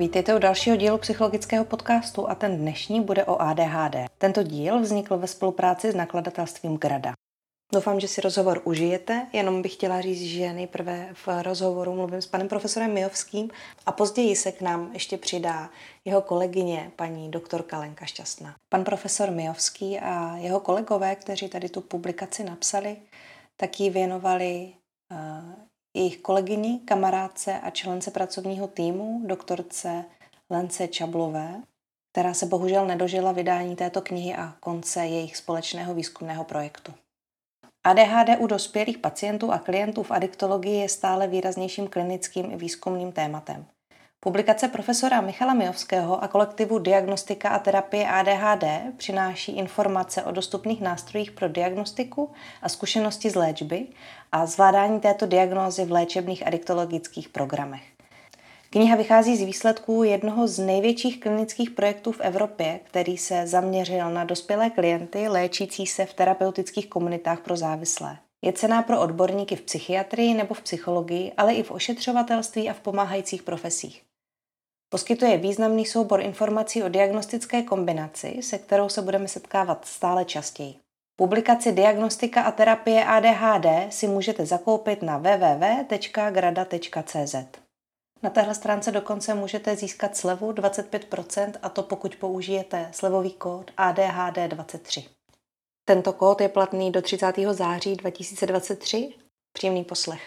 Vítejte u dalšího dílu psychologického podcastu a ten dnešní bude o ADHD. Tento díl vznikl ve spolupráci s nakladatelstvím Grada. Doufám, že si rozhovor užijete, jenom bych chtěla říct, že nejprve v rozhovoru mluvím s panem profesorem Mijovským a později se k nám ještě přidá jeho kolegyně, paní doktorka Lenka Šťastná. Pan profesor Mijovský a jeho kolegové, kteří tady tu publikaci napsali, tak ji věnovali jejich kolegyni, kamarádce a člence pracovního týmu, doktorce Lence Čablové, která se bohužel nedožila vydání této knihy a konce jejich společného výzkumného projektu. ADHD u dospělých pacientů a klientů v adiktologii je stále výraznějším klinickým i výzkumným tématem. Publikace profesora Michala Mijovského a kolektivu Diagnostika a terapie ADHD přináší informace o dostupných nástrojích pro diagnostiku a zkušenosti z léčby a zvládání této diagnózy v léčebných adiktologických programech. Kniha vychází z výsledků jednoho z největších klinických projektů v Evropě, který se zaměřil na dospělé klienty léčící se v terapeutických komunitách pro závislé. Je cenná pro odborníky v psychiatrii nebo v psychologii, ale i v ošetřovatelství a v pomáhajících profesích. Poskytuje významný soubor informací o diagnostické kombinaci, se kterou se budeme setkávat stále častěji. Publikaci Diagnostika a terapie ADHD si můžete zakoupit na www.grada.cz. Na téhle stránce dokonce můžete získat slevu 25%, a to pokud použijete slevový kód ADHD23. Tento kód je platný do 30. září 2023. Příjemný poslech.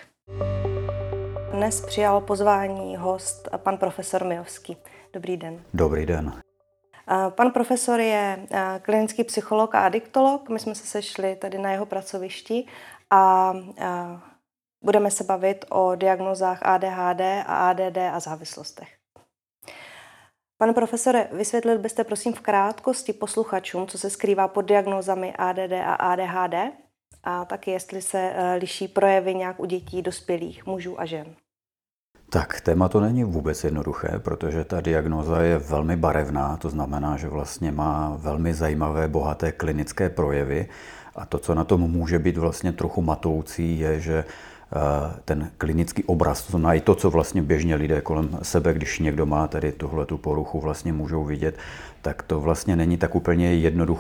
Dnes přijal pozvání host pan profesor Mijovský. Dobrý den. Dobrý den. Pan profesor je klinický psycholog a adiktolog. My jsme se sešli tady na jeho pracovišti a budeme se bavit o diagnózách ADHD a ADD a závislostech. Pane profesore, vysvětlil byste prosím v krátkosti posluchačům, co se skrývá pod diagnózami ADD a ADHD a taky jestli se liší projevy nějak u dětí, dospělých, mužů a žen. Tak, téma to není vůbec jednoduché, protože ta diagnóza je velmi barevná, to znamená, že vlastně má velmi zajímavé, bohaté klinické projevy a to, co na tom může být vlastně trochu matoucí, je, že ten klinický obraz, to znamená i to, co vlastně běžně lidé kolem sebe, když někdo má tady tuhletu poruchu, vlastně můžou vidět, tak to vlastně není tak úplně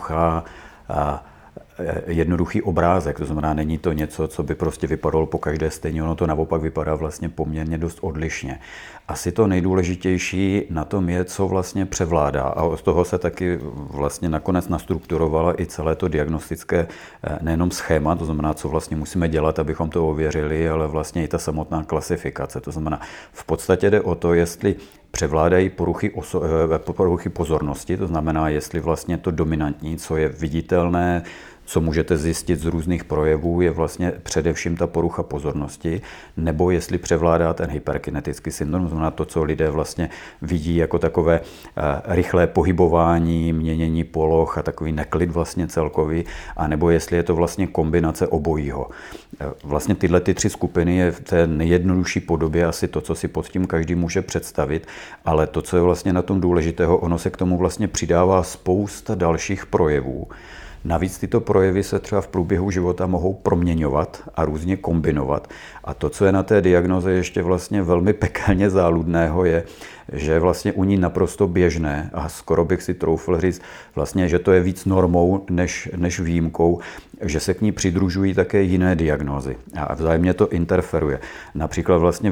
jednoduchý obrázek, to znamená, není to něco, co by prostě vypadalo po každé stejně, ono to naopak vypadá vlastně poměrně dost odlišně. Asi to nejdůležitější na tom je, co vlastně převládá a od toho se taky vlastně nakonec nastrukturovalo i celé to diagnostické nejenom schéma, to znamená, co vlastně musíme dělat, abychom to ověřili, ale vlastně i ta samotná klasifikace, to znamená, v podstatě jde o to, jestli převládají poruchy pozornosti, to znamená, jestli vlastně to dominantní, co je viditelné, co můžete zjistit z různých projevů, je vlastně především ta porucha pozornosti, nebo jestli převládá ten hyperkinetický syndrom, to znamená to, co lidé vlastně vidí jako takové rychlé pohybování, měnění poloh a takový neklid vlastně celkový, a nebo jestli je to vlastně kombinace obojího. Vlastně tyhle tři skupiny je v té nejjednodušší podobě asi to, co si pod tím každý může představit, ale to, co je vlastně na tom důležitého, ono se k tomu vlastně přidává spousta dalších projevů. Navíc tyto projevy se třeba v průběhu života mohou proměňovat a různě kombinovat. A to, co je na té diagnoze ještě vlastně velmi pekelně záludného, je, že je vlastně u ní naprosto běžné a skoro bych si troufl říct vlastně, že to je víc normou než výjimkou, že se k ní přidružují také jiné diagnózy a vzájemně to interferuje. Například vlastně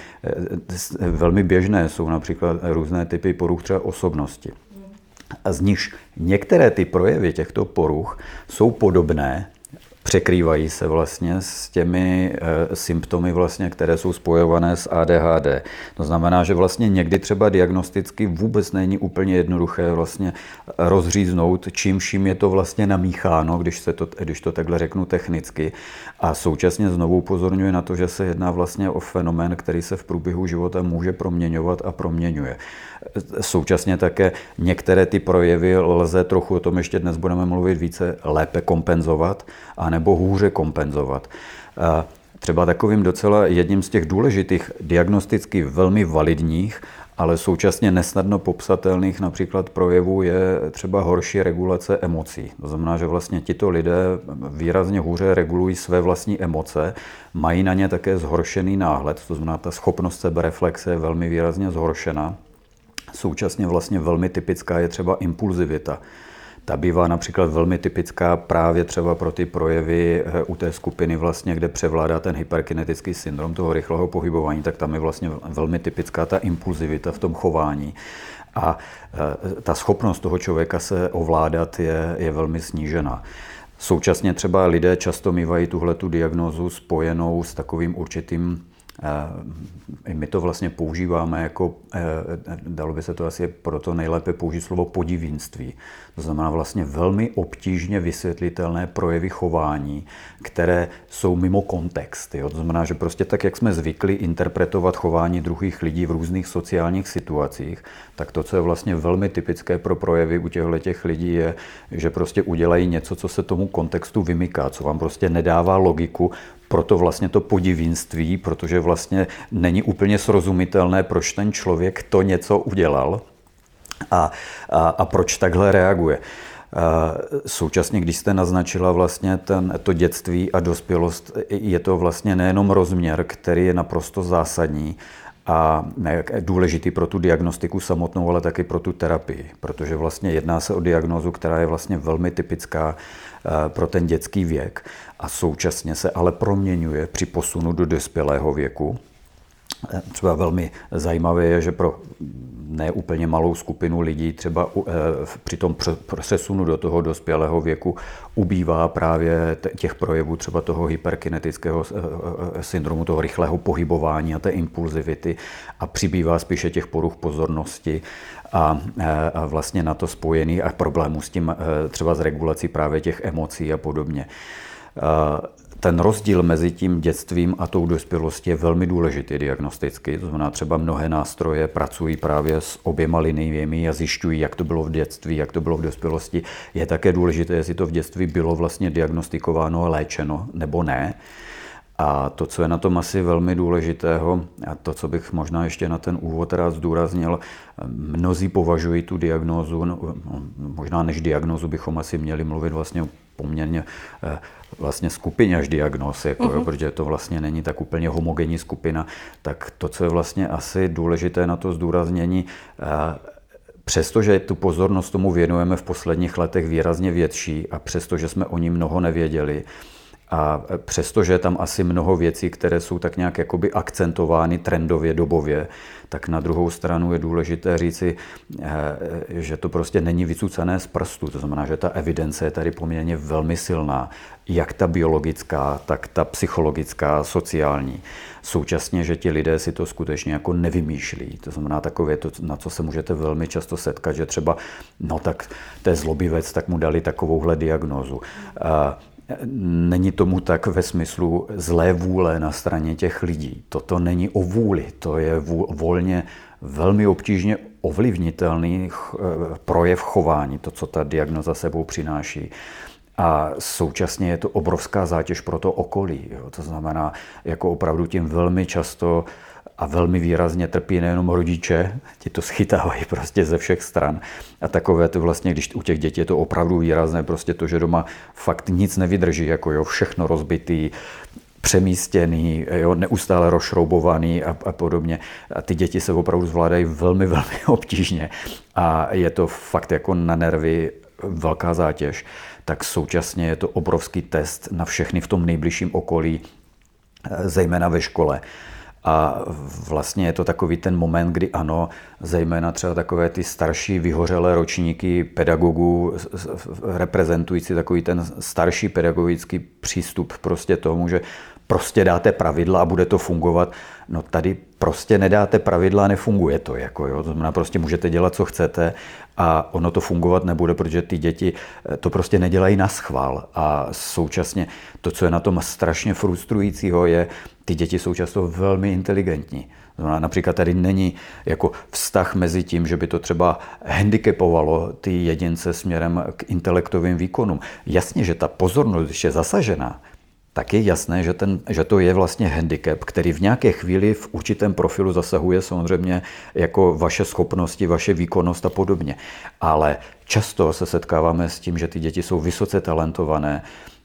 velmi běžné jsou například různé typy poruch třeba osobnosti. A z nichž některé ty projevy těchto poruch jsou podobné, překrývají se vlastně s těmi symptomy, vlastně, které jsou spojované s ADHD. To znamená, že vlastně někdy třeba diagnosticky vůbec není úplně jednoduché vlastně rozříznout, čím je to vlastně namícháno, když to takhle řeknu technicky. A současně znovu upozorňuje na to, že se jedná vlastně o fenomén, který se v průběhu života může proměňovat a proměňuje. Současně také některé ty projevy lze trochu, o tom ještě dnes budeme mluvit více, lépe kompenzovat, anebo hůře kompenzovat. Třeba takovým docela jedním z těch důležitých diagnosticky velmi validních, ale současně nesnadno popsatelných například projevů je třeba horší regulace emocí. To znamená, že vlastně tito lidé výrazně hůře regulují své vlastní emoce, mají na ně také zhoršený náhled, to znamená, ta schopnost sebereflexe je velmi výrazně zhoršená. Současně vlastně velmi typická je třeba impulzivita. Ta bývá například velmi typická právě třeba pro ty projevy u té skupiny, vlastně, kde převládá ten hyperkinetický syndrom toho rychlého pohybování, tak tam je vlastně velmi typická ta impulzivita v tom chování. A ta schopnost toho člověka se ovládat je velmi snížená. Současně třeba lidé často mívají tuhletu diagnózu spojenou s takovým určitým, my to vlastně používáme jako, dalo by se to asi proto nejlépe použít slovo podivínství. To znamená vlastně velmi obtížně vysvětlitelné projevy chování, které jsou mimo kontext. Jo? To znamená, že prostě tak, jak jsme zvykli interpretovat chování druhých lidí v různých sociálních situacích, tak to, co je vlastně velmi typické pro projevy u těchto lidí, je, že prostě udělají něco, co se tomu kontextu vymyká, co vám prostě nedává logiku. Proto vlastně to podivínství, protože vlastně není úplně srozumitelné, proč ten člověk to něco udělal a proč takhle reaguje. Současně, když jste naznačila vlastně to dětství a dospělost, je to vlastně nejenom rozměr, který je naprosto zásadní a důležitý pro tu diagnostiku samotnou, ale taky pro tu terapii, protože vlastně jedná se o diagnózu, která je vlastně velmi typická pro ten dětský věk a současně se ale proměňuje při posunu do dospělého věku. Třeba velmi zajímavé je, že pro neúplně malou skupinu lidí třeba při tom přesunu do toho dospělého věku ubývá právě těch projevů třeba toho hyperkinetického syndromu, toho rychlého pohybování a té impulzivity a přibývá spíše těch poruch pozornosti a vlastně na to spojený a problémů s tím třeba s regulací právě těch emocí a podobně. Ten rozdíl mezi tím dětstvím a tou dospělostí je velmi důležitý diagnosticky. To znamená, třeba mnohé nástroje pracují právě s oběma liniemi a zjišťují, jak to bylo v dětství, jak to bylo v dospělosti. Je také důležité, jestli to v dětství bylo vlastně diagnostikováno a léčeno nebo ne. A to, co je na tom asi velmi důležitého, a to, co bych možná ještě na ten úvod rád zdůraznil, mnozí považují tu diagnózu, možná než diagnózu bychom asi měli mluvit vlastně poměrně vlastně skupině až diagnóz, protože to vlastně není tak úplně homogenní skupina, tak to, co je vlastně asi důležité na to zdůraznění, přestože tu pozornost tomu věnujeme v posledních letech výrazně větší a přestože jsme o ní mnoho nevěděli, a přestože je tam asi mnoho věcí, které jsou tak nějak jakoby akcentovány trendově, dobově, tak na druhou stranu je důležité říci, že to prostě není vycucané z prstu. To znamená, že ta evidence je tady poměrně velmi silná, jak ta biologická, tak ta psychologická, sociální. Současně, že ti lidé si to skutečně jako nevymýšlí. To znamená takové to, na co se můžete velmi často setkat, že třeba, no tak to je zlobivec, tak mu dali takovouhle diagnózu. Není tomu tak ve smyslu zlé vůle na straně těch lidí. Toto není o vůli, to je volně velmi obtížně ovlivnitelný projev chování, to, co ta diagnoza sebou přináší. A současně je to obrovská zátěž pro to okolí. Jo. To znamená, jako opravdu tím velmi často a velmi výrazně trpí nejenom rodiče, ti to schytávají prostě ze všech stran. A takové to vlastně, když u těch dětí je to opravdu výrazné, prostě to, že doma fakt nic nevydrží, jako jo, všechno rozbitý, přemístěný, jo, neustále rozšroubovaný a podobně. A ty děti se opravdu zvládají velmi, velmi obtížně. A je to fakt jako na nervy velká zátěž. Tak současně je to obrovský test na všechny v tom nejbližším okolí, zejména ve škole. A vlastně je to takový ten moment, kdy ano, zejména třeba takové ty starší vyhořelé ročníky pedagogů, reprezentující takový ten starší pedagogický přístup prostě tomu, že prostě dáte pravidla a bude to fungovat. No tady prostě nedáte pravidla a nefunguje to. Jako, jo. To znamená, prostě můžete dělat, co chcete a ono to fungovat nebude, protože ty děti to prostě nedělají naschvál. A současně to, co je na tom strašně frustrujícího, je, ty děti jsou často velmi inteligentní. Například tady není jako vztah mezi tím, že by to třeba handicapovalo ty jedince směrem k intelektovým výkonům. Jasně, že ta pozornost, když je zasažená, tak je jasné, že to je vlastně handicap, který v nějaké chvíli v určitém profilu zasahuje samozřejmě jako vaše schopnosti, vaše výkonnost a podobně. Ale často se setkáváme s tím, že ty děti jsou vysoce talentované,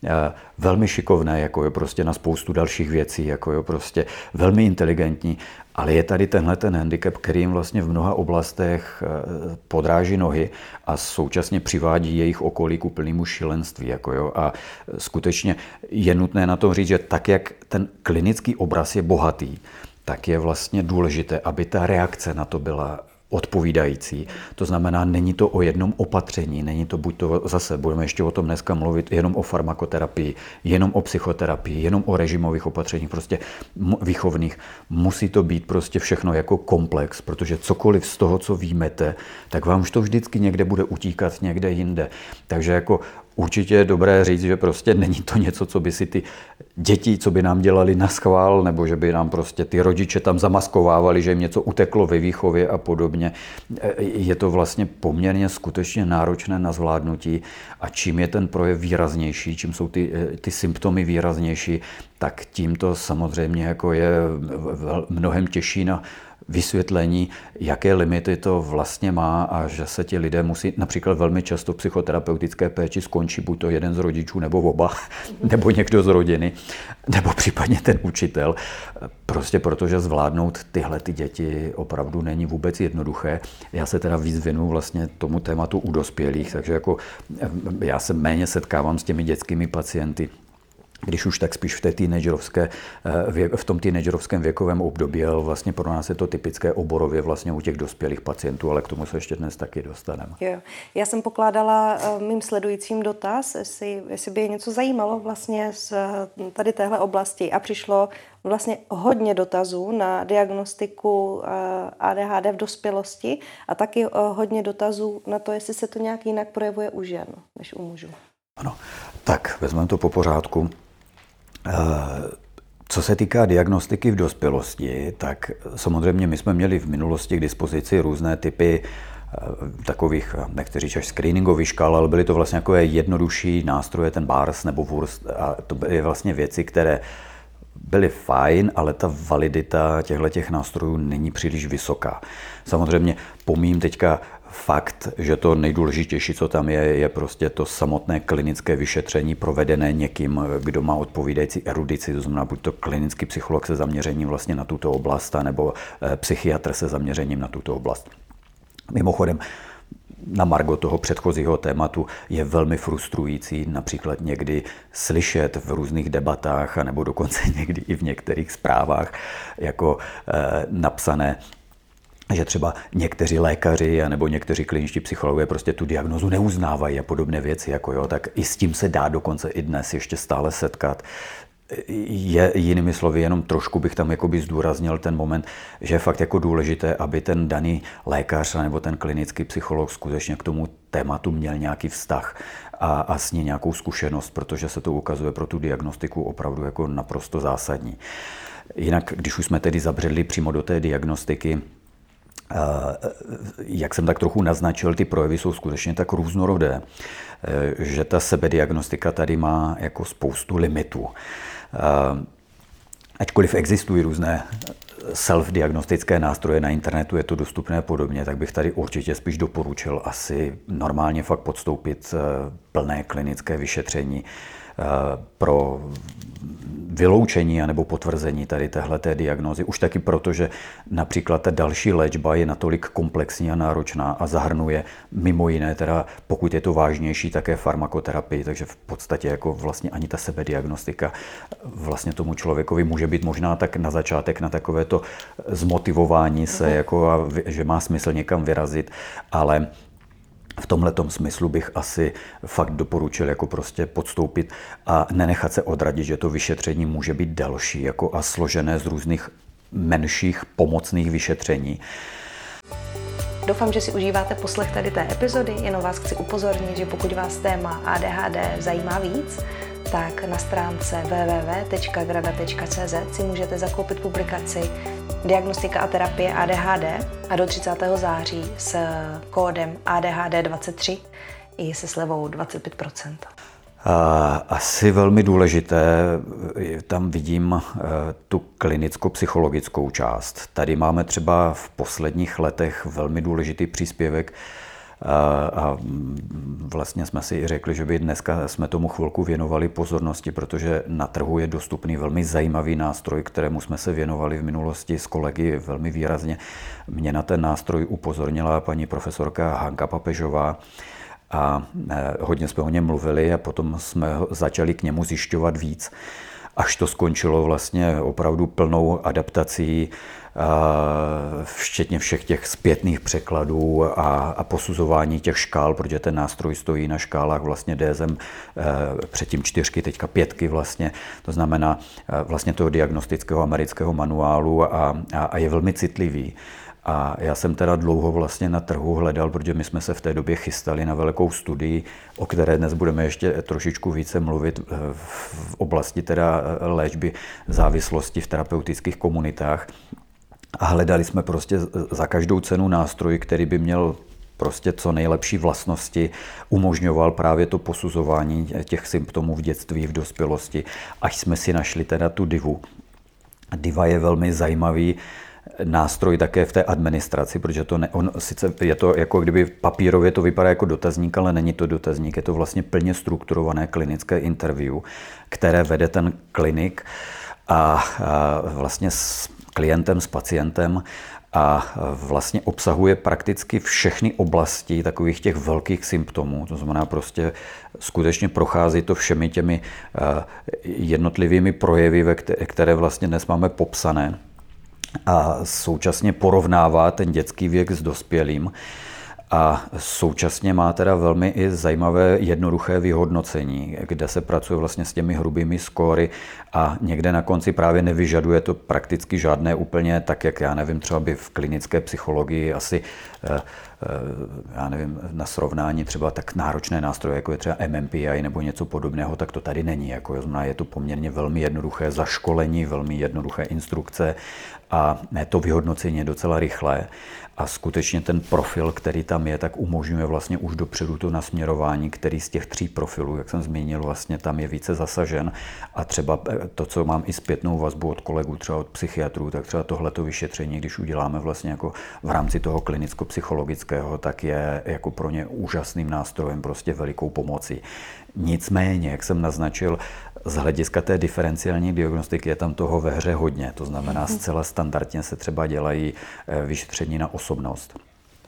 velmi šikovné, jako je prostě na spoustu dalších věcí, jako je prostě velmi inteligentní, ale je tady tenhle ten handicap, který jim vlastně v mnoha oblastech podráží nohy a současně přivádí jejich okolí k úplnému šílenství. Jako jo. A skutečně je nutné na tom říct, že tak, jak ten klinický obraz je bohatý, tak je vlastně důležité, aby ta reakce na to byla odpovídající. To znamená, není to o jednom opatření, není to buď to zase, budeme ještě o tom dneska mluvit, jenom o farmakoterapii, jenom o psychoterapii, jenom o režimových opatřeních, prostě výchovných. Musí to být prostě všechno jako komplex, protože cokoliv z toho, co výjmete, tak vám už to vždycky někde bude utíkat někde jinde. Takže jako určitě je dobré říct, že prostě není to něco, co by si ty děti, co by nám dělali naschvál, nebo že by nám prostě ty rodiče tam zamaskovávali, že jim něco uteklo ve výchově a podobně. Je to vlastně poměrně skutečně náročné na zvládnutí a čím je ten projev výraznější, čím jsou ty symptomy výraznější, tak tím to samozřejmě jako je mnohem těžší na vysvětlení, jaké limity to vlastně má a že se ti lidé musí, například velmi často v psychoterapeutické péči skončí buď to jeden z rodičů nebo oba, nebo někdo z rodiny, nebo případně ten učitel, prostě protože zvládnout tyhle ty děti opravdu není vůbec jednoduché. Já se teda víc věnuju vlastně tomu tématu u dospělých, takže jako já se méně setkávám s těmi dětskými pacienty, když už tak spíš v tom teenagerovském věkovém období, ale vlastně pro nás je to typické oborově vlastně u těch dospělých pacientů, ale k tomu se ještě dnes taky dostaneme. Jo. Já jsem pokládala mým sledujícím dotaz, jestli by je něco zajímalo vlastně z tady téhle oblasti a přišlo vlastně hodně dotazů na diagnostiku ADHD v dospělosti a taky hodně dotazů na to, jestli se to nějak jinak projevuje u žen než u mužů. Ano, tak vezmeme to po pořádku. Co se týká diagnostiky v dospělosti, tak samozřejmě my jsme měli v minulosti k dispozici různé typy takových, nechci říct až screeningových škál, ale byly to vlastně takové jednodušší nástroje, ten BARS nebo WURS, a to byly vlastně věci, které byly fajn, ale ta validita těchto nástrojů není příliš vysoká. Samozřejmě pomím teďka fakt, že to nejdůležitější, co tam je prostě to samotné klinické vyšetření provedené někým, kdo má odpovídající erudici, to znamená buď to klinický psycholog se zaměřením vlastně na tuto oblast, nebo psychiatr se zaměřením na tuto oblast. Mimochodem, na margo toho předchozího tématu je velmi frustrující například někdy slyšet v různých debatách, anebo dokonce někdy i v některých zprávách jako napsané, že třeba někteří lékaři nebo někteří kliničtí psychologové prostě tu diagnózu neuznávají a podobné věci, jako jo, tak i s tím se dá dokonce i dnes ještě stále setkat. Je jinými slovy, jenom trošku bych tam jakoby zdůraznil ten moment, že je fakt jako důležité, aby ten daný lékař nebo ten klinický psycholog skutečně k tomu tématu měl nějaký vztah a s ní nějakou zkušenost, protože se to ukazuje pro tu diagnostiku opravdu jako naprosto zásadní. Jinak, když už jsme tedy zabředli přímo do té diagnostiky, jak jsem tak trochu naznačil, ty projevy jsou skutečně tak různorodé, že ta sebediagnostika tady má jako spoustu limitů. Ačkoliv existují různé self-diagnostické nástroje na internetu, je to dostupné podobně, tak bych tady určitě spíš doporučil asi normálně fakt podstoupit plné klinické vyšetření pro vyloučení anebo potvrzení tady téhleté diagnózy. Už taky proto, že například ta další léčba je natolik komplexní a náročná a zahrnuje mimo jiné, teda pokud je to vážnější, také farmakoterapii, takže v podstatě jako vlastně ani ta sebediagnostika vlastně tomu člověkovi může být možná tak na začátek na takové to zmotivování se, jako že má smysl někam vyrazit, ale v tomhletom smyslu bych asi fakt doporučil jako prostě podstoupit a nenechat se odradit, že to vyšetření může být delší jako a složené z různých menších pomocných vyšetření. Doufám, že si užíváte poslech tady té epizody, jenom vás chci upozornit, že pokud vás téma ADHD zajímá víc, tak na stránce www.grada.cz si můžete zakoupit publikaci Diagnostika a terapie ADHD a do 30. září s kódem ADHD23 i se slevou 25%. Asi velmi důležité, tam vidím tu klinicko-psychologickou část. Tady máme třeba v posledních letech velmi důležitý příspěvek A vlastně jsme si i řekli, že by dneska jsme tomu chvilku věnovali pozornosti, protože na trhu je dostupný velmi zajímavý nástroj, kterému jsme se věnovali v minulosti s kolegy velmi výrazně. Mě na ten nástroj upozornila paní profesorka Hanka Papežová a hodně jsme o něm mluvili a potom jsme začali k němu zjišťovat víc, až to skončilo vlastně opravdu plnou adaptací, včetně všech těch zpětných překladů a posuzování těch škál, protože ten nástroj stojí na škálách vlastně DSM, předtím 4, teďka 5 vlastně, to znamená vlastně toho diagnostického amerického manuálu a je velmi citlivý. A já jsem teda dlouho vlastně na trhu hledal, protože my jsme se v té době chystali na velkou studii, o které dnes budeme ještě trošičku více mluvit v oblasti teda léčby závislosti v terapeutických komunitách. A hledali jsme prostě za každou cenu nástroj, který by měl prostě co nejlepší vlastnosti, umožňoval právě to posuzování těch symptomů v dětství, v dospělosti, až jsme si našli teda tu Divu. Diva je velmi zajímavý nástroj také v té administraci, protože sice je to jako kdyby papírově to vypadá jako dotazník, ale není to dotazník, je to vlastně plně strukturované klinické interview, které vede ten klinik a vlastně s klientem, s pacientem a vlastně obsahuje prakticky všechny oblasti takových těch velkých symptomů. To znamená prostě skutečně prochází to všemi těmi jednotlivými projevy, které vlastně dnes máme popsané a současně porovnává ten dětský věk s dospělým a současně má teda velmi i zajímavé jednoduché vyhodnocení, kde se pracuje vlastně s těmi hrubými skóry a někde na konci právě nevyžaduje to prakticky žádné úplně, tak jak já nevím, třeba by v klinické psychologii asi já nevím, na srovnání třeba tak náročné nástroje, jako je třeba MMPI nebo něco podobného, tak to tady není. Je to poměrně velmi jednoduché zaškolení, velmi jednoduché instrukce a to vyhodnocení je docela rychlé. A skutečně ten profil, který tam je, tak umožňuje vlastně už dopředu to nasměrování, který z těch 3 profilů, jak jsem zmínil, vlastně tam je více zasažen. A třeba to, co mám i zpětnou vazbu od kolegů, třeba od psychiatrů, tak třeba tohleto vyšetření, když uděláme vlastně jako v rámci toho klinicko-psychologického, tak je jako pro ně úžasným nástrojem, prostě velikou pomocí. Nicméně, jak jsem naznačil, z hlediska té diferenciální diagnostiky je tam toho ve hře hodně. To znamená, zcela standardně se třeba dělají vyšetření na osobnost.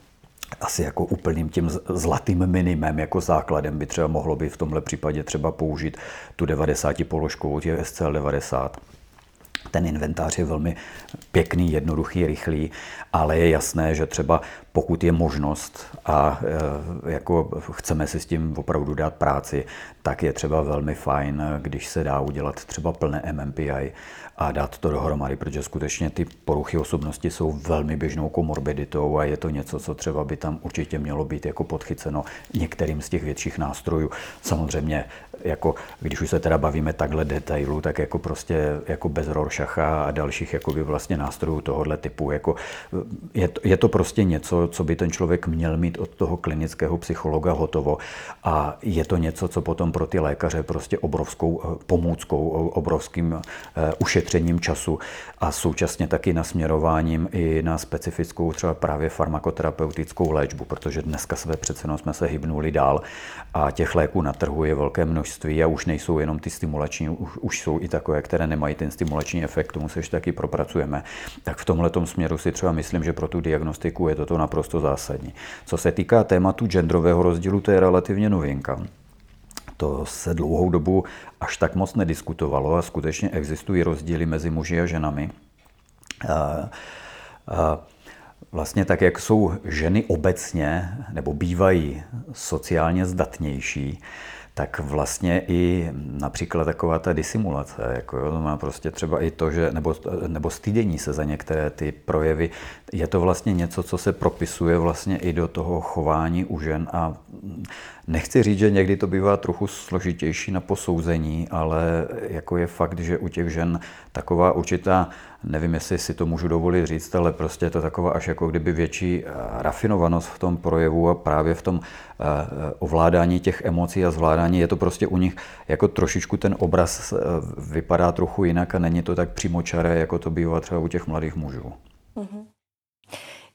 Asi jako úplným tím zlatým minimem, jako základem by třeba mohlo být v tomhle případě třeba použít tu 90-položkovou, těch SCL-90. Ten inventář je velmi pěkný, jednoduchý, rychlý, ale je jasné, že třeba pokud je možnost a jako chceme si s tím opravdu dát práci, tak je třeba velmi fajn, když se dá udělat třeba plné MMPI a dát to dohromady, protože skutečně ty poruchy osobnosti jsou velmi běžnou komorbiditou a je to něco, co třeba by tam určitě mělo být jako podchyceno některým z těch větších nástrojů. Samozřejmě, jako když už se teda bavíme takhle detailu, tak jako prostě jako bez Rorschacha a dalších jakoby vlastně nástrojů tohohle typu. Jako je to prostě něco, co by ten člověk měl mít od toho klinického psychologa hotovo a je to něco, co potom pro ty lékaře prostě obrovskou pomůckou, obrovským ušetřením času a současně taky nasměrováním i na specifickou třeba právě farmakoterapeutickou léčbu, protože dneska jsme se hybnuli dál a těch léků na trhu je velké množství a už nejsou jenom ty stimulační, už jsou i takové, které nemají ten stimulační efekt, tomu se ještě taky propracujeme. Tak v tomhletom směru si třeba myslím, že pro tu diagnostiku je toto naprosto zásadní. Co se týká tématu genderového rozdílu, to je relativně novinka. To se dlouhou dobu až tak moc nediskutovalo a skutečně existují rozdíly mezi muži a ženami. Vlastně tak, jak jsou ženy obecně nebo bývají sociálně zdatnější, tak vlastně i například taková ta disimulace, jako to má prostě třeba i to, že nebo stydění se za některé ty projevy, je to vlastně něco, co se propisuje vlastně i do toho chování u žen a nechci říct, že někdy to bývá trochu složitější na posouzení, ale jako je fakt, že u těch žen taková určitá, nevím, jestli si to můžu dovolit říct, ale prostě je to taková až jako kdyby větší rafinovanost v tom projevu a právě v tom ovládání těch emocí a zvládání. Je to prostě u nich jako trošičku ten obraz vypadá trochu jinak a není to tak přímočaré, jako to bývá třeba u těch mladých mužů. Mm-hmm.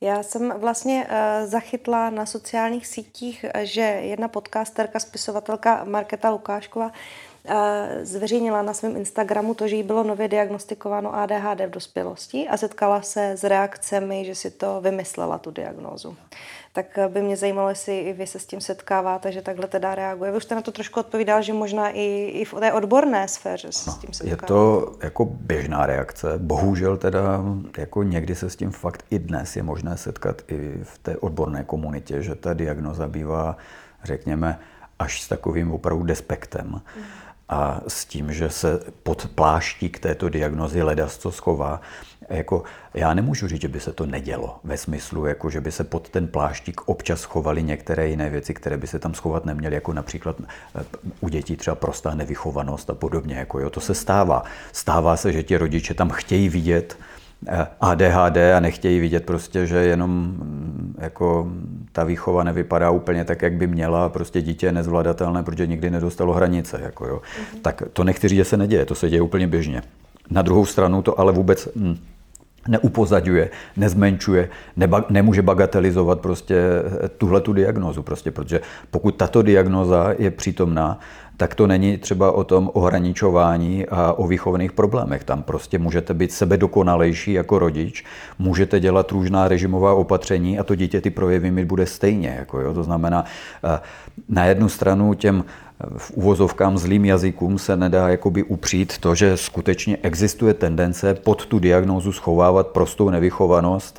Já jsem vlastně zachytla na sociálních sítích, že jedna podcasterka, spisovatelka Markéta Lukášková zveřejnila na svém Instagramu to, že jí bylo nově diagnostikováno ADHD v dospělosti a setkala se s reakcemi, že si to vymyslela, tu diagnózu. Tak by mě zajímalo, jestli i vy se s tím setkáváte, že takhle teda reaguje. Vy už jste na to trošku odpovídal, že možná i v té odborné sféře se s tím setkáváte. Je to jako běžná reakce. Bohužel teda jako někdy se s tím fakt i dnes je možné setkat i v té odborné komunitě, že ta diagnóza bývá, řekněme, až s takovým opravdu despektem. A s tím, že se pod pláštík této diagnózy ledasco schová. Jako, já nemůžu říct, že by se to nedělo, ve smyslu, jako, že by se pod ten pláštík občas schovaly některé jiné věci, které by se tam schovat neměly, jako například u dětí třeba prostá nevychovanost a podobně. Jako, jo, to se stává. Stává se, že ti rodiče tam chtějí vidět ADHD a nechtějí vidět prostě, že jenom jako ta výchova nevypadá úplně tak, jak by měla, prostě dítě je nezvladatelné, protože nikdy nedostalo hranice. Jako jo. Tak to nechci říct, že se neděje, to se děje úplně běžně. Na druhou stranu to ale vůbec neupozadňuje, nezmenšuje, nemůže bagatelizovat prostě tuhletu diagnózu, prostě, protože pokud tato diagnóza je přítomná, tak to není třeba o tom ohraničování a o výchovných problémech. Tam prostě můžete být sebedokonalejší jako rodič, můžete dělat různá režimová opatření a to dítě ty projevy mít bude stejně. Jako jo. To znamená, na jednu stranu těm v uvozovkám zlým jazykům se nedá jakoby upřít to, že skutečně existuje tendence pod tu diagnózu schovávat prostou nevychovanost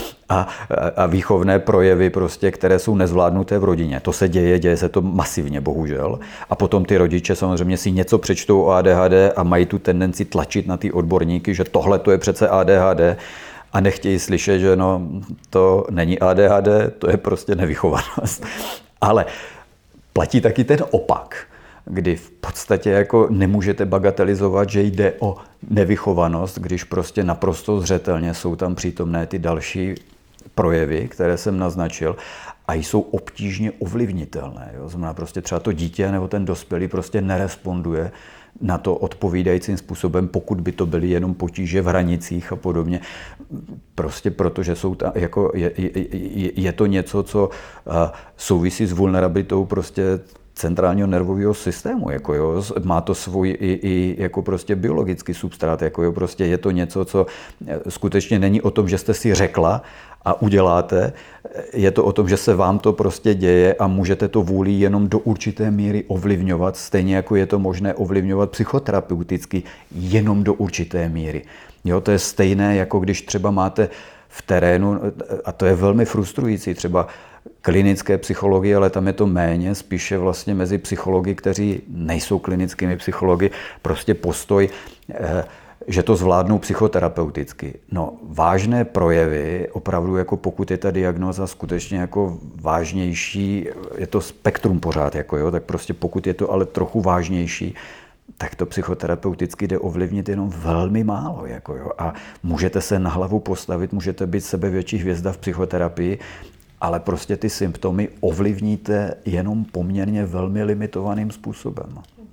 a výchovné projevy, prostě, které jsou nezvládnuté v rodině. To se děje se to masivně, bohužel. A potom ty rodiče samozřejmě si něco přečtou o ADHD a mají tu tendenci tlačit na ty odborníky, že tohle to je přece ADHD a nechtějí slyšet, že no, to není ADHD, to je prostě nevychovanost. Ale platí taky ten opak, kdy v podstatě jako nemůžete bagatelizovat, že jde o nevychovanost, když prostě naprosto zřetelně jsou tam přítomné ty další projevy, které jsem naznačil, a jsou obtížně ovlivnitelné. Jo? Znamená prostě třeba to dítě nebo ten dospělý prostě neresponduje na to odpovídajícím způsobem, pokud by to byly jenom potíže v hranicích a podobně. Prostě protože jsou tam, jako je to něco, co souvisí s vulnerabilitou prostě centrálního nervového systému, jako jo, má to svůj i jako prostě biologický substrát, jako jo, prostě je to něco, co skutečně není o tom, že jste si řekla a uděláte, je to o tom, že se vám to prostě děje a můžete to vůlí jenom do určité míry ovlivňovat, stejně jako je to možné ovlivňovat psychoterapeuticky jenom do určité míry. Jo, to je stejné, jako když třeba máte v terénu, a to je velmi frustrující, třeba klinické psychologie, ale tam je to méně, spíše vlastně mezi psychologi, kteří nejsou klinickými psychologi, prostě postoj, že to zvládnou psychoterapeuticky. No, vážné projevy, opravdu jako pokud je ta diagnóza skutečně jako vážnější, je to spektrum pořád, jako jo, tak prostě pokud je to ale trochu vážnější, tak to psychoterapeuticky jde ovlivnit jenom velmi málo. Jako jo. A můžete se na hlavu postavit, můžete být sebevětší hvězda v psychoterapii, ale prostě ty symptomy ovlivníte jenom poměrně velmi limitovaným způsobem.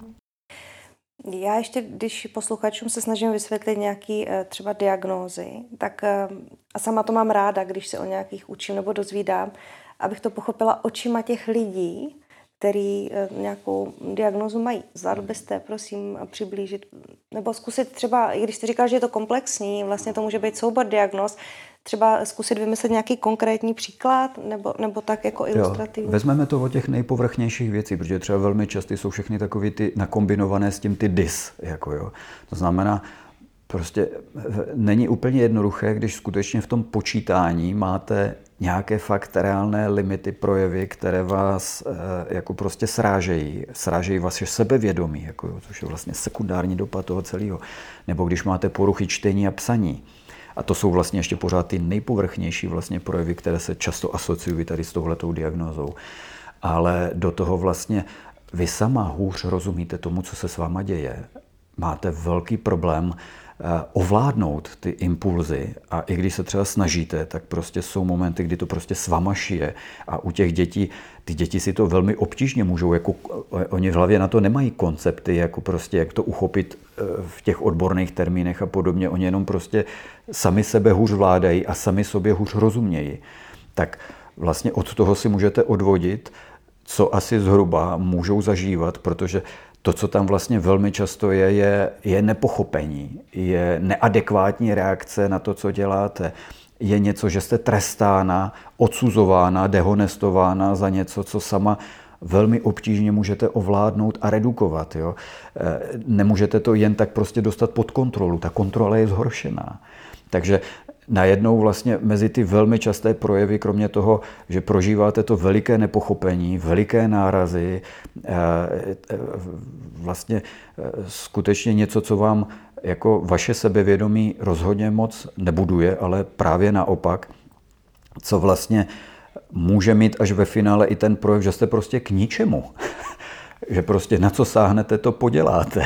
Já ještě, když posluchačům se snažím vysvětlit nějaký třeba diagnózy, tak a sama to mám ráda, když se o nějakých učím nebo dozvídám, abych to pochopila očima těch lidí, který nějakou diagnózu mají. Zvládl byste, prosím, přiblížit, nebo zkusit třeba, i když jste říkal, že je to komplexní, vlastně to může být soubor diagnóz, třeba zkusit vymyslet nějaký konkrétní příklad, nebo tak jako ilustrativní. Vezmeme to od těch nejpovrchnějších věcí, protože třeba velmi často jsou všechny takové ty nakombinované s tím ty dys. Jako jo. To znamená, prostě není úplně jednoduché, když skutečně v tom počítání máte nějaké fakt reálné limity, projevy, které vás jako prostě srážejí vaše sebevědomí, jako jo, což je vlastně sekundární dopad toho celého. Nebo když máte poruchy čtení a psaní. A to jsou vlastně ještě pořád ty nejpovrchnější vlastně projevy, které se často asociují tady s touhletou diagnózou. Ale do toho vlastně vy sama hůř rozumíte tomu, co se s váma děje. Máte velký problém ovládnout ty impulzy a i když se třeba snažíte, tak prostě jsou momenty, kdy to prostě s váma šije a u těch dětí, ty děti si to velmi obtížně můžou, jako oni v hlavě na to nemají koncepty, jako prostě jak to uchopit v těch odborných termínech a podobně, oni jenom prostě sami sebe hůř vládají a sami sobě hůř rozumějí. Tak vlastně od toho si můžete odvodit, co asi zhruba můžou zažívat, protože to, co tam vlastně velmi často je nepochopení, je neadekvátní reakce na to, co děláte. Je něco, že jste trestána, odsuzována, dehonestována za něco, co sama velmi obtížně můžete ovládnout a redukovat. Jo? Nemůžete to jen tak prostě dostat pod kontrolu. Ta kontrola je zhoršená. Takže najednou vlastně mezi ty velmi časté projevy, kromě toho, že prožíváte to veliké nepochopení, veliké nárazy, vlastně skutečně něco, co vám jako vaše sebevědomí rozhodně moc nebuduje, ale právě naopak, co vlastně může mít až ve finále i ten projev, že jste prostě k ničemu. Že prostě na co sáhnete, to poděláte.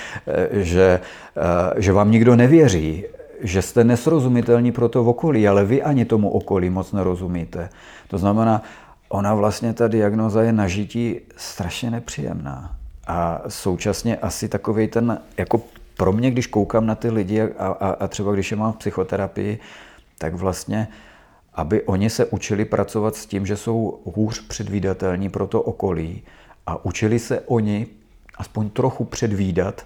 Že vám nikdo nevěří, že jste nesrozumitelní pro to okolí, ale vy ani tomu okolí moc nerozumíte. To znamená, ona vlastně ta diagnóza je na žití strašně nepříjemná. A současně asi takovej ten, jako pro mě, když koukám na ty lidi a třeba když je mám v psychoterapii, tak vlastně, aby oni se učili pracovat s tím, že jsou hůř předvídatelní pro to okolí a učili se oni aspoň trochu předvídat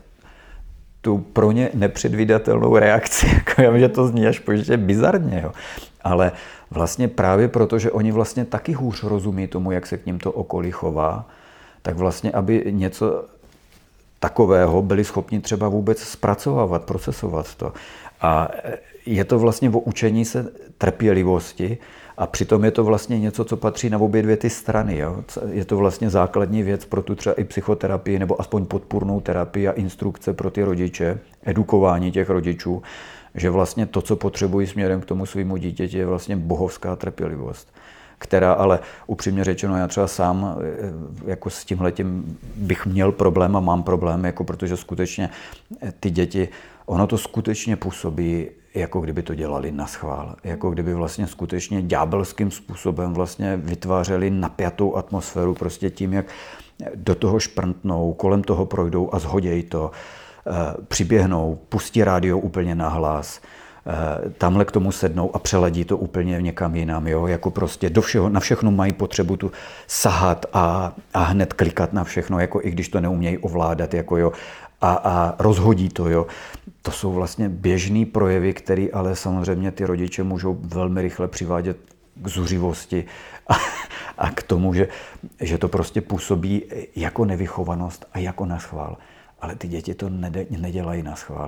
tu pro ně nepředvídatelnou reakci. Jako já vím, že to zní až ještě bizarně, jo. Ale vlastně právě proto, že oni vlastně taky hůř rozumí tomu, jak se k ním to okolí chová, tak vlastně, aby něco takového byli schopni třeba vůbec zpracovávat, procesovat to. A je to vlastně o učení se trpělivosti a přitom je to vlastně něco, co patří na obě dvě ty strany. Jo? Je to vlastně základní věc pro tu třeba i psychoterapii nebo aspoň podpůrnou terapii a instrukce pro ty rodiče, edukování těch rodičů, že vlastně to, co potřebují směrem k tomu svému dítěti, je vlastně bohovská trpělivost, která ale upřímně řečeno, já třeba sám jako s tímhletím bych měl problém a mám problém, jako protože skutečně ty děti, ono to skutečně působí, jako kdyby to dělali naschvál, jako kdyby vlastně skutečně ďábelským způsobem vlastně vytvářeli napjatou atmosféru prostě tím, jak do toho šprntnou, kolem toho projdou a zhodějí to, přiběhnou, pustí rádio úplně nahlas, tamhle k tomu sednou a přeladí to úplně někam jinam, jo? Jako prostě na všechno mají potřebu tu sahat a hned klikat na všechno, jako i když to neumějí ovládat, jako jo, a rozhodí to, jo. To jsou vlastně běžný projevy, které ale samozřejmě ty rodiče můžou velmi rychle přivádět k zuřivosti a k tomu, že to prostě působí jako nevychovanost a jako naschvál. Ale ty děti to nedělají naschvál.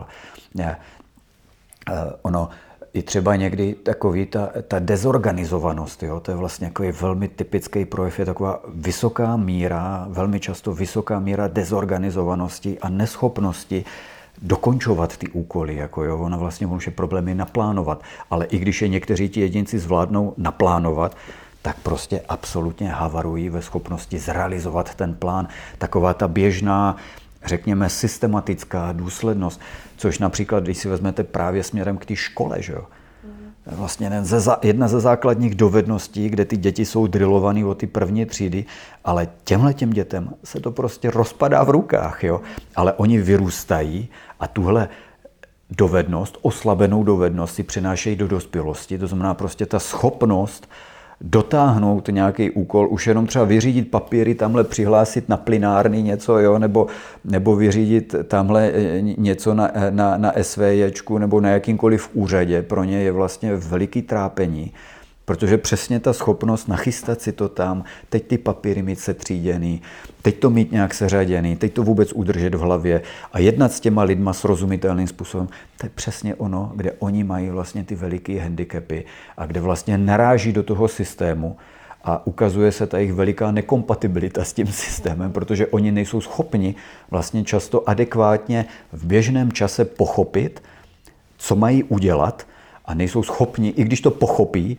Ono i třeba někdy takový ta dezorganizovanost, jo, to je vlastně jako velmi typický projev, je taková vysoká míra, velmi často vysoká míra dezorganizovanosti a neschopnosti dokončovat ty úkoly, jako jo, ona vlastně může problémy naplánovat, ale i když je někteří ti jedinci zvládnou naplánovat, tak prostě absolutně havarují ve schopnosti zrealizovat ten plán. Taková ta běžná, řekněme, systematická důslednost, což například, když si vezmete právě směrem k té škole, že jo? Vlastně jedna ze základních dovedností, kde ty děti jsou drillované od ty první třídy, ale těmhletěm dětem se to prostě rozpadá v rukách, jo? Ale oni vyrůstají a tuhle dovednost, oslabenou dovednost si přenášejí do dospělosti, to znamená prostě ta schopnost dotáhnout nějaký úkol, už jenom třeba vyřídit papíry, tamhle přihlásit na plynárny něco, jo, nebo vyřídit tamhle něco na SVJčku nebo na jakýmkoliv úřadě, pro ně je vlastně veliký trápení, protože přesně ta schopnost nachystat si to tam, teď ty papíry mít setříděný, teď to mít nějak seřaděný, teď to vůbec udržet v hlavě a jednat s těma lidma srozumitelným způsobem, to je přesně ono, kde oni mají vlastně ty veliký handicapy a kde vlastně naráží do toho systému a ukazuje se ta jejich veliká nekompatibilita s tím systémem, protože oni nejsou schopni vlastně často adekvátně v běžném čase pochopit, co mají udělat a nejsou schopni, i když to pochopí,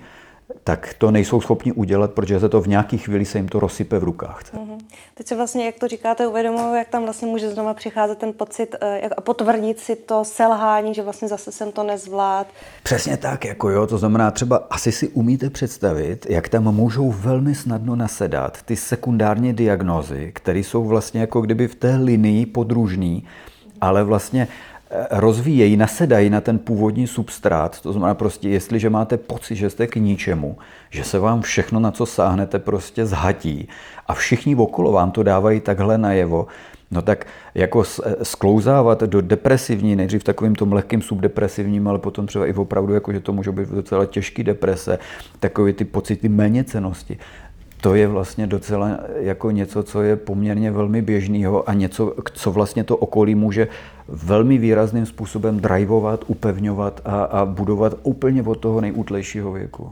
tak to nejsou schopni udělat, protože se to v nějaký chvíli se jim to rozsype v rukách. Teď se vlastně, jak to říkáte, uvědomuji, jak tam vlastně může znova přicházet ten pocit a potvrdit si to selhání, že vlastně zase jsem to nezvládl. Přesně tak, jako jo, to znamená třeba asi si umíte představit, jak tam můžou velmi snadno nasedat ty sekundární diagnózy, které jsou vlastně jako kdyby v té linii podružný, ale vlastně rozvíjejí, nasedají na ten původní substrát. To znamená prostě, jestliže máte pocit, že jste k ničemu, že se vám všechno, na co sáhnete, prostě zhatí a všichni okolo vám to dávají takhle najevo, no tak jako sklouzávat do depresivní, nejdřív takovým tom lehkým subdepresivním, ale potom třeba i opravdu, jako, že to může být docela těžký deprese, takový ty pocity méněcennosti. To je vlastně docela jako něco, co je poměrně velmi běžného a něco, co vlastně to okolí může velmi výrazným způsobem drivovat, upevňovat a budovat úplně od toho nejútlejšího věku.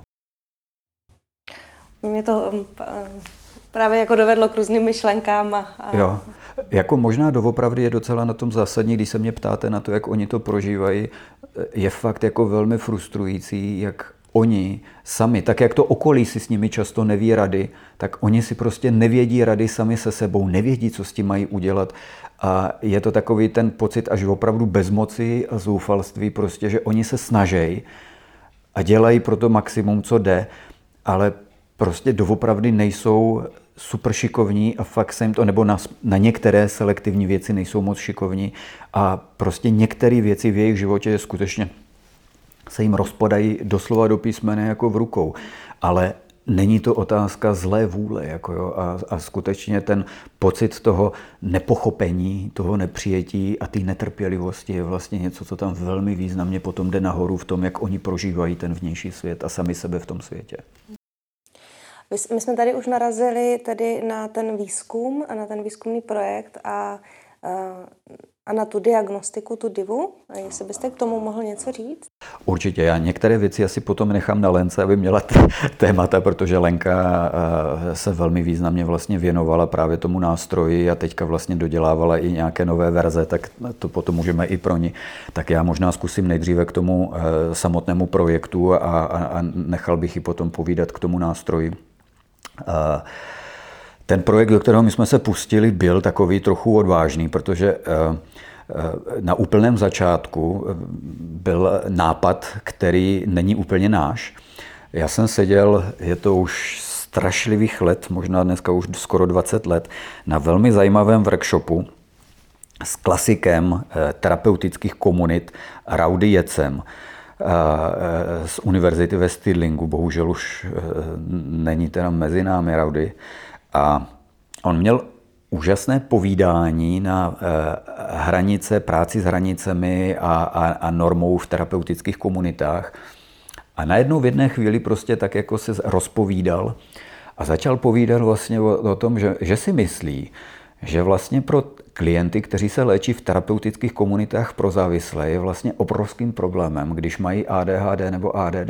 Mě to právě jako dovedlo k různým myšlenkám. Jo. Jako možná doopravdy je docela na tom zásadní, když se mě ptáte na to, jak oni to prožívají, je fakt jako velmi frustrující, jak oni sami, tak jak to okolí si s nimi často neví rady, tak oni si prostě nevědí rady sami se sebou, nevědí, co s tím mají udělat. A je to takový ten pocit až opravdu bezmoci a zoufalství, prostě, že oni se snaží a dělají pro to maximum, co jde, ale prostě doopravdy nejsou super šikovní a fakt se jim to, nebo na některé selektivní věci nejsou moc šikovní a prostě některé věci v jejich životě skutečně se jim rozpadají doslova do písmene jako v rukou. Ale není to otázka zlé vůle. Jako jo, a skutečně ten pocit toho nepochopení, toho nepřijetí a té netrpělivosti je vlastně něco, co tam velmi významně potom jde nahoru v tom, jak oni prožívají ten vnější svět a sami sebe v tom světě. My jsme tady už narazili tedy na ten výzkum a na ten výzkumný projekt a na tu diagnostiku, tu divu. Jestli byste k tomu mohl něco říct? Určitě. Já některé věci asi potom nechám na Lence, aby měla témata, protože Lenka se velmi významně vlastně věnovala právě tomu nástroji a teďka vlastně dodělávala i nějaké nové verze, tak to potom můžeme i pro ní. Tak já možná zkusím nejdříve k tomu samotnému projektu a nechal bych ji potom povídat k tomu nástroji. Ten projekt, do kterého my jsme se pustili, byl takový trochu odvážný, protože na úplném začátku byl nápad, který není úplně náš. Já jsem seděl, je to už strašlivých let, možná dneska už skoro 20 let, na velmi zajímavém workshopu s klasikem terapeutických komunit Rowdy Jecem z univerzity ve Stirlingu. Bohužel už není teda mezi námi Rowdy. A on měl úžasné povídání na hranice, práci s hranicemi a normou v terapeutických komunitách. A najednou v jedné chvíli prostě tak jako se rozpovídal a začal povídat vlastně o tom, že si myslí, že vlastně pro klienty, kteří se léčí v terapeutických komunitách pro závislé, je vlastně obrovským problémem, když mají ADHD nebo ADD.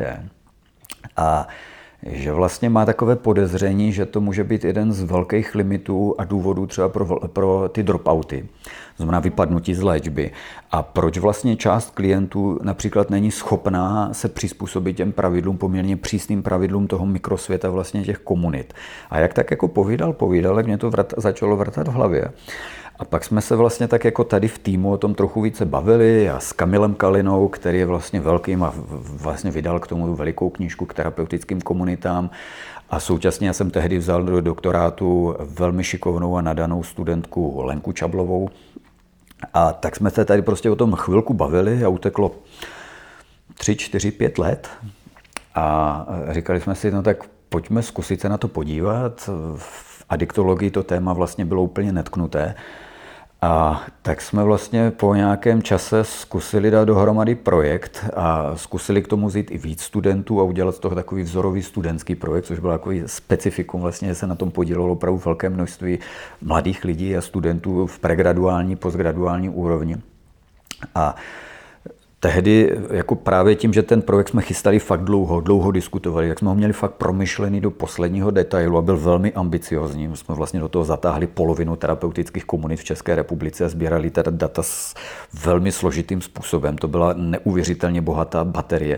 A že vlastně má takové podezření, že to může být jeden z velkých limitů a důvodů třeba pro ty dropouty, to znamená vypadnutí z léčby. A proč vlastně část klientů například není schopná se přizpůsobit těm pravidlům, poměrně přísným pravidlům toho mikrosvěta vlastně těch komunit. A jak tak jako povídal, jak mě to začalo vrtat v hlavě. A pak jsme se vlastně tak jako tady v týmu o tom trochu více bavili a s Kamilem Kalinou, který je vlastně velkým a vlastně vydal k tomu velikou knížku k terapeutickým komunitám. A současně já jsem tehdy vzal do doktorátu velmi šikovnou a nadanou studentku Lenku Čablovou. A tak jsme se tady prostě o tom chvilku bavili a uteklo 3, 4, 5 let. A říkali jsme si, no tak pojďme zkusit se na to podívat. V adiktologii to téma vlastně bylo úplně netknuté. A tak jsme vlastně po nějakém čase zkusili dát dohromady projekt a zkusili k tomu vzít i víc studentů a udělat z toho takový vzorový studentský projekt, což byl takový specifikum, vlastně se na tom podílelo opravdu velké množství mladých lidí a studentů v pregraduální, postgraduální úrovni. A tehdy jako právě tím, že ten projekt jsme chystali fakt dlouho diskutovali, tak jsme ho měli fakt promyšlený do posledního detailu a byl velmi ambiciozní. My jsme vlastně do toho zatáhli polovinu terapeutických komunit v České republice a sbírali teda data s velmi složitým způsobem. To byla neuvěřitelně bohatá baterie.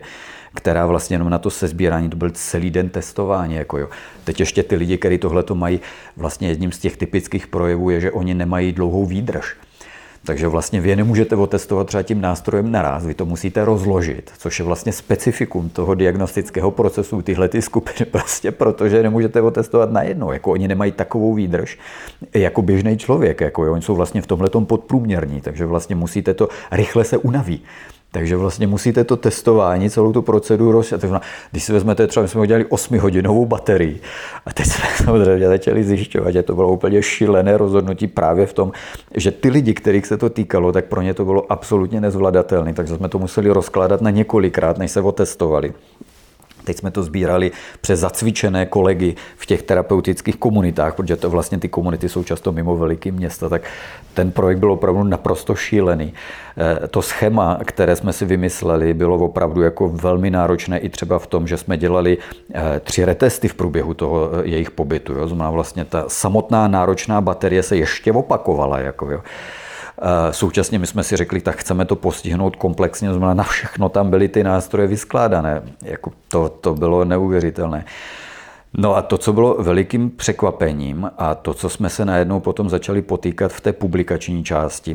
která vlastně jenom na to sesbírání, to byl celý den testování. Jako jo. Teď ještě ty lidi, kteří tohleto mají, vlastně jedním z těch typických projevů je, že oni nemají dlouhou výdrž. Takže vlastně vy nemůžete otestovat třeba tím nástrojem naraz, vy to musíte rozložit, což je vlastně specifikum toho diagnostického procesu tyhle ty skupiny, prostě protože nemůžete otestovat najednou, jako oni nemají takovou výdrž jako běžný člověk, jako jo, oni jsou vlastně v tomhletom podprůměrní, takže vlastně musíte to, rychle se unaví. Takže vlastně musíte to testování, celou tu proceduru, když si vezmete, třeba my jsme udělali 8hodinovou baterii a teď jsme samozřejmě začali zjišťovat, že to bylo úplně šílené rozhodnutí právě v tom, že ty lidi, kterých se to týkalo, tak pro ně to bylo absolutně nezvladatelné, takže jsme to museli rozkládat na několikrát, než se otestovali. Teď jsme to sbírali přes zacvičené kolegy v těch terapeutických komunitách, protože to vlastně ty komunity jsou často mimo veliký města, tak ten projekt byl opravdu naprosto šílený. To schéma, které jsme si vymysleli, bylo opravdu jako velmi náročné i třeba v tom, že jsme dělali 3 retesty v průběhu toho jejich pobytu. Jo. Znamená vlastně ta samotná náročná baterie se ještě opakovala. Jako, jo. Současně my jsme si řekli, tak chceme to postihnout komplexně, znamená na všechno tam byly ty nástroje vyskládané. Jako to bylo neuvěřitelné. No a to, co bylo velikým překvapením a to, co jsme se najednou potom začali potýkat v té publikační části,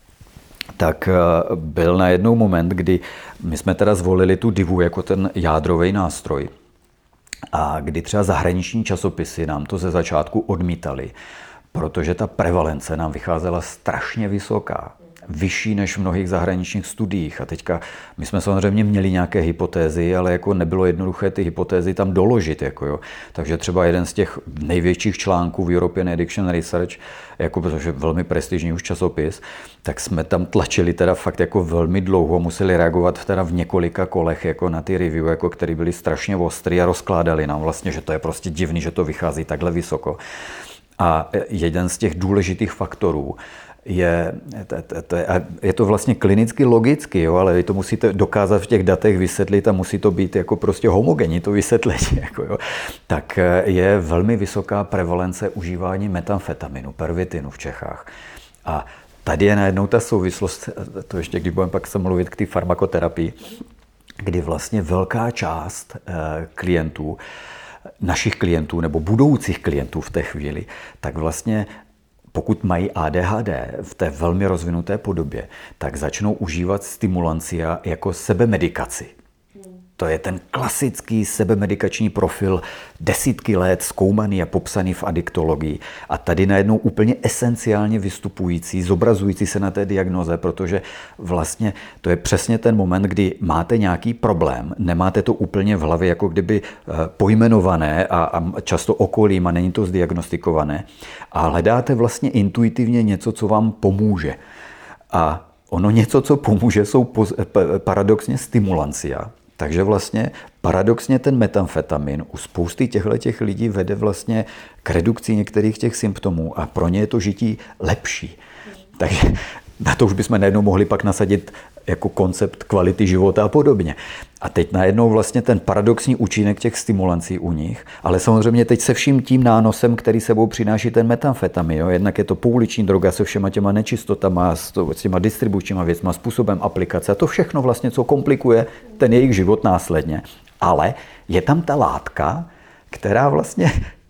tak byl najednou moment, kdy my jsme teda zvolili tu divu jako ten jádrový nástroj a kdy třeba zahraniční časopisy nám to ze začátku odmítali, protože ta prevalence nám vycházela strašně vysoká, vyšší než v mnohých zahraničních studiích. A teďka my jsme samozřejmě měli nějaké hypotézy, ale jako nebylo jednoduché ty hypotézy tam doložit. Jako jo. Takže třeba jeden z těch největších článků v European Addiction Research, jako protože velmi prestižní už časopis, tak jsme tam tlačili teda fakt jako velmi dlouho, museli reagovat teda v několika kolech jako na ty review, jako které byly strašně ostrý a rozkládali nám vlastně, že to je prostě divný, že to vychází takhle vysoko. A jeden z těch důležitých faktorů je to vlastně klinicky logicky, jo, ale vy to musíte dokázat v těch datech vysvětlit a musí to být jako prostě homogenní to vysvětlení. Jako jo. Tak je velmi vysoká prevalence užívání metamfetaminu, pervitinu v Čechách. A tady je najednou ta souvislost, to ještě když budeme pak se mluvit k té farmakoterapii, kdy vlastně velká část klientů, našich klientů nebo budoucích klientů v té chvíli, tak vlastně pokud mají ADHD v té velmi rozvinuté podobě, tak začnou užívat stimulancia jako sebemedikaci. To je ten klasický sebemedikační profil, desítky let zkoumaný a popsaný v adiktologii. A tady najednou úplně esenciálně vystupující, zobrazující se na té diagnoze, protože vlastně to je přesně ten moment, kdy máte nějaký problém, nemáte to úplně v hlavě jako kdyby pojmenované a často okolím a není to zdiagnostikované. A hledáte vlastně intuitivně něco, co vám pomůže. A ono něco, co pomůže, jsou paradoxně stimulancia. Takže vlastně paradoxně ten metamfetamin u spousty těchto lidí vede vlastně k redukci některých těch symptomů a pro ně je to žití lepší. Takže na to už bychom najednou mohli pak nasadit jako koncept kvality života a podobně. A teď najednou vlastně ten paradoxní účinek těch stimulancí u nich, ale samozřejmě teď se vším tím nánosem, který sebou přináší ten metamfetamin. Jo? Jednak je to pouliční droga se všema těma nečistotama, s těma distribučníma věcma, způsobem aplikace a to všechno vlastně, co komplikuje ten jejich život následně. Ale je tam ta látka, která vlastně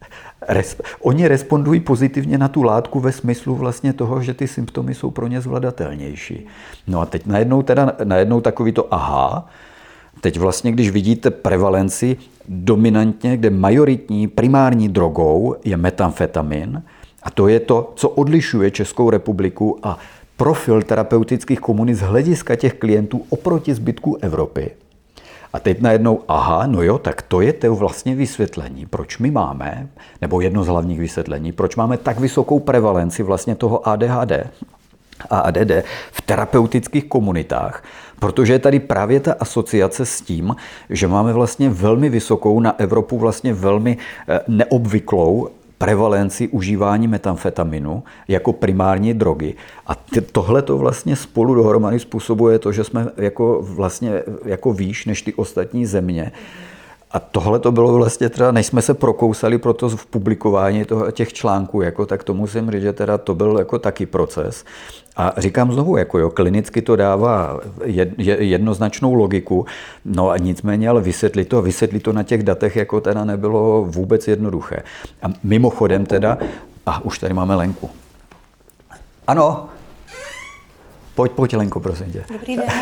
oni respondují pozitivně na tu látku ve smyslu vlastně toho, že ty symptomy jsou pro ně zvladatelnější. No a teď najednou takový to aha, teď vlastně, když vidíte prevalenci dominantně, kde majoritní primární drogou je metamfetamin a to je to, co odlišuje Českou republiku a profil terapeutických komunit z hlediska těch klientů oproti zbytku Evropy. A teď najednou, aha, no jo, tak to je to vlastně vysvětlení, proč my máme, nebo jedno z hlavních vysvětlení, proč máme tak vysokou prevalenci vlastně toho ADHD a ADD v terapeutických komunitách, protože je tady právě ta asociace s tím, že máme vlastně velmi vysokou, na Evropu vlastně velmi neobvyklou prevalenci užívání metamfetaminu jako primární drogy. A tohle to vlastně spolu dohromady způsobuje to, že jsme jako výš než ty ostatní země. A tohle to bylo vlastně třeba, než jsme se prokousali proto v publikování těch článků, jako, tak to musím říct, že teda to byl jako taky proces. A říkám znovu, jako jo, klinicky to dává jednoznačnou logiku, no a nicméně, ale vysvětlit to na těch datech jako teda nebylo vůbec jednoduché. A mimochodem teda, už tady máme Lenku. Ano, pojď Lenko, prosím tě. Dobrý den.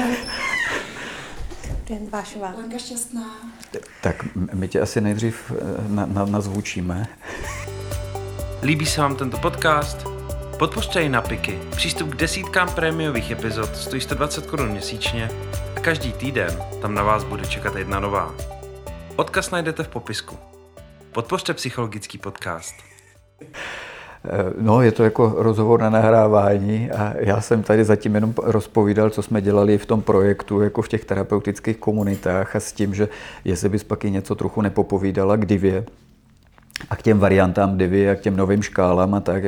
Vášová. Lenka Šťastná. Tak my tě asi nejdřív nazvučíme. Líbí se vám tento podcast? Podpořte jej na Piky. Přístup k desítkám prémiových epizod stojí 120 Kč měsíčně a každý týden tam na vás bude čekat jedna nová. Odkaz najdete v popisku. Podpořte psychologický podcast. No, je to jako rozhovor na nahrávání a já jsem tady zatím jenom rozpovídal, co jsme dělali v tom projektu, jako v těch terapeutických komunitách a s tím, že jestli bys pak i něco trochu nepopovídala k divě a k těm variantám divy a k těm novým škálám a tak.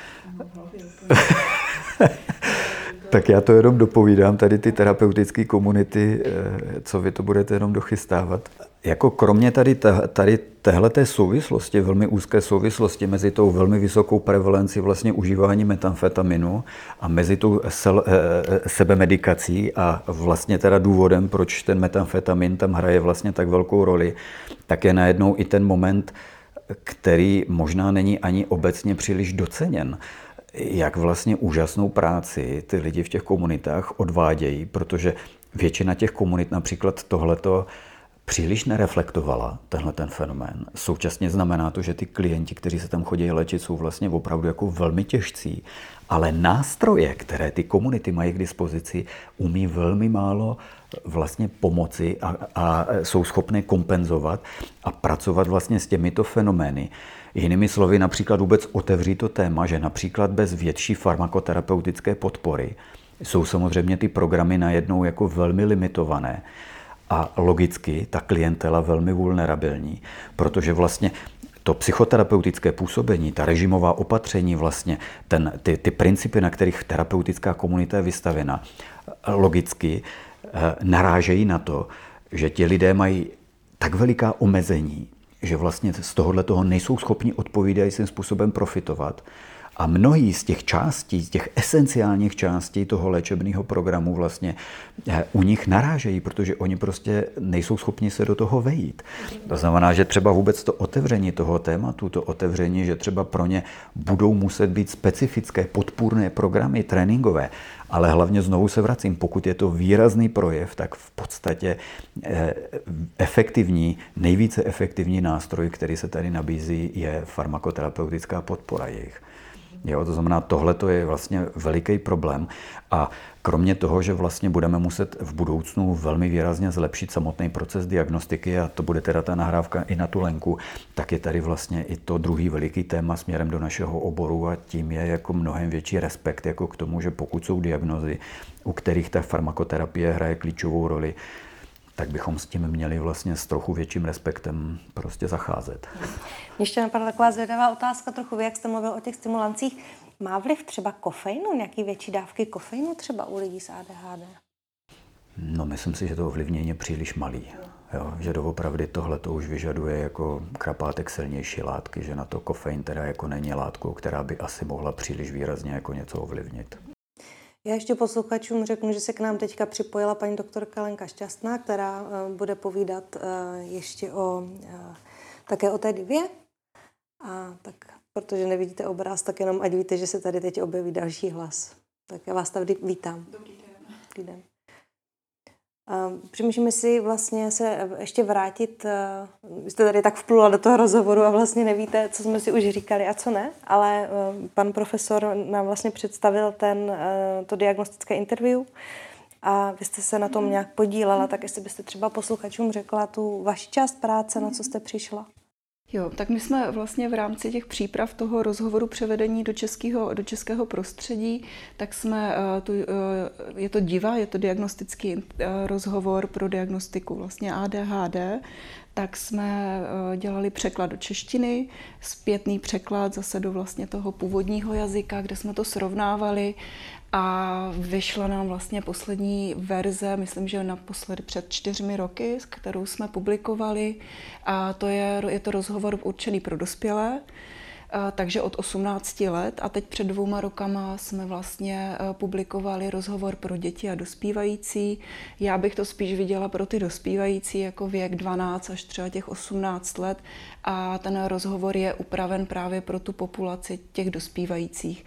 Tak já to jenom dopovídám, tady ty terapeutické komunity, co vy to budete jenom dochystávat. Jako kromě tady téhleté souvislosti, velmi úzké souvislosti mezi tou velmi vysokou prevalencí vlastně užívání metamfetaminu a mezi tou sebemedikací a vlastně teda důvodem, proč ten metamfetamin tam hraje vlastně tak velkou roli, tak je najednou i ten moment, který možná není ani obecně příliš doceněn, jak vlastně úžasnou práci ty lidi v těch komunitách odvádějí, protože většina těch komunit například tohleto příliš nereflektovala, tenhle ten fenomén. Současně znamená to, že ty klienti, kteří se tam chodí léčit, jsou vlastně opravdu jako velmi těžcí, ale nástroje, které ty komunity mají k dispozici, umí velmi málo vlastně pomoci a jsou schopné kompenzovat a pracovat vlastně s těmito fenomény. Jinými slovy, například vůbec otevří to téma, že například bez větší farmakoterapeutické podpory jsou samozřejmě ty programy najednou jako velmi limitované a logicky ta klientela velmi vulnerabilní, protože vlastně to psychoterapeutické působení, ta režimová opatření, vlastně ty principy, na kterých terapeutická komunita je vystavena, logicky narážejí na to, že ti lidé mají tak veliká omezení, že vlastně z tohoto nejsou schopni odpovídajícím způsobem profitovat. A mnohý z těch částí, z těch esenciálních částí toho léčebného programu vlastně u nich narážejí, protože oni prostě nejsou schopni se do toho vejít. To znamená, že třeba vůbec to otevření toho tématu, to otevření, že třeba pro ně budou muset být specifické podpůrné programy tréninkové, ale hlavně znovu se vracím, pokud je to výrazný projev, tak v podstatě nejvíce efektivní nástroj, který se tady nabízí, je farmakoterapeutická podpora jejich. Jo, to znamená, tohle je vlastně veliký problém a kromě toho, že vlastně budeme muset v budoucnu velmi výrazně zlepšit samotný proces diagnostiky a to bude teda ta nahrávka i na tu Lenku, tak je tady vlastně i to druhý veliký téma směrem do našeho oboru a tím je jako mnohem větší respekt jako k tomu, že pokud jsou diagnózy, u kterých ta farmakoterapie hraje klíčovou roli, tak bychom s tím měli vlastně s trochu větším respektem prostě zacházet. Ještě napadla taková zvědavá otázka trochu, jak jste mluvil o těch stimulancích. Má vliv třeba kofeinu, nějaký větší dávky kofeinu třeba u lidí s ADHD? No, myslím si, že to ovlivnění je příliš malý. Jo, že doopravdy tohle to už vyžaduje jako krapátek silnější látky, že na to kofein teda jako není látkou, která by asi mohla příliš výrazně jako něco ovlivnit. Já ještě posluchačům řeknu, že se k nám teďka připojila paní doktorka Lenka Šťastná, která bude povídat ještě také o té divě. A tak, protože nevidíte obraz, tak jenom ať víte, že se tady teď objeví další hlas. Tak já vás tady vítám. Dobrý den. Dobrý den. Přemýšlíme si vlastně se ještě vrátit, vy jste tady tak vplula do toho rozhovoru a vlastně nevíte, co jsme si už říkali a co ne, ale pan profesor nám vlastně představil to diagnostické interview a vy jste se na tom nějak podílela, tak jestli byste třeba posluchačům řekla tu vaši část práce, na co jste přišla. Jo, tak my jsme vlastně v rámci těch příprav toho rozhovoru převedení do českého prostředí, tak je to DIVA, je to diagnostický rozhovor pro diagnostiku vlastně ADHD, tak jsme dělali překlad do češtiny, zpětný překlad zase do vlastně toho původního jazyka, kde jsme to srovnávali A vyšla nám vlastně poslední verze, myslím, že naposledy před 4 roky, kterou jsme publikovali. A je to rozhovor určený pro dospělé, takže od 18 let. A teď před 2 rokama jsme vlastně publikovali rozhovor pro děti a dospívající. Já bych to spíš viděla pro ty dospívající jako věk 12 až třeba těch 18 let. A ten rozhovor je upraven právě pro tu populaci těch dospívajících.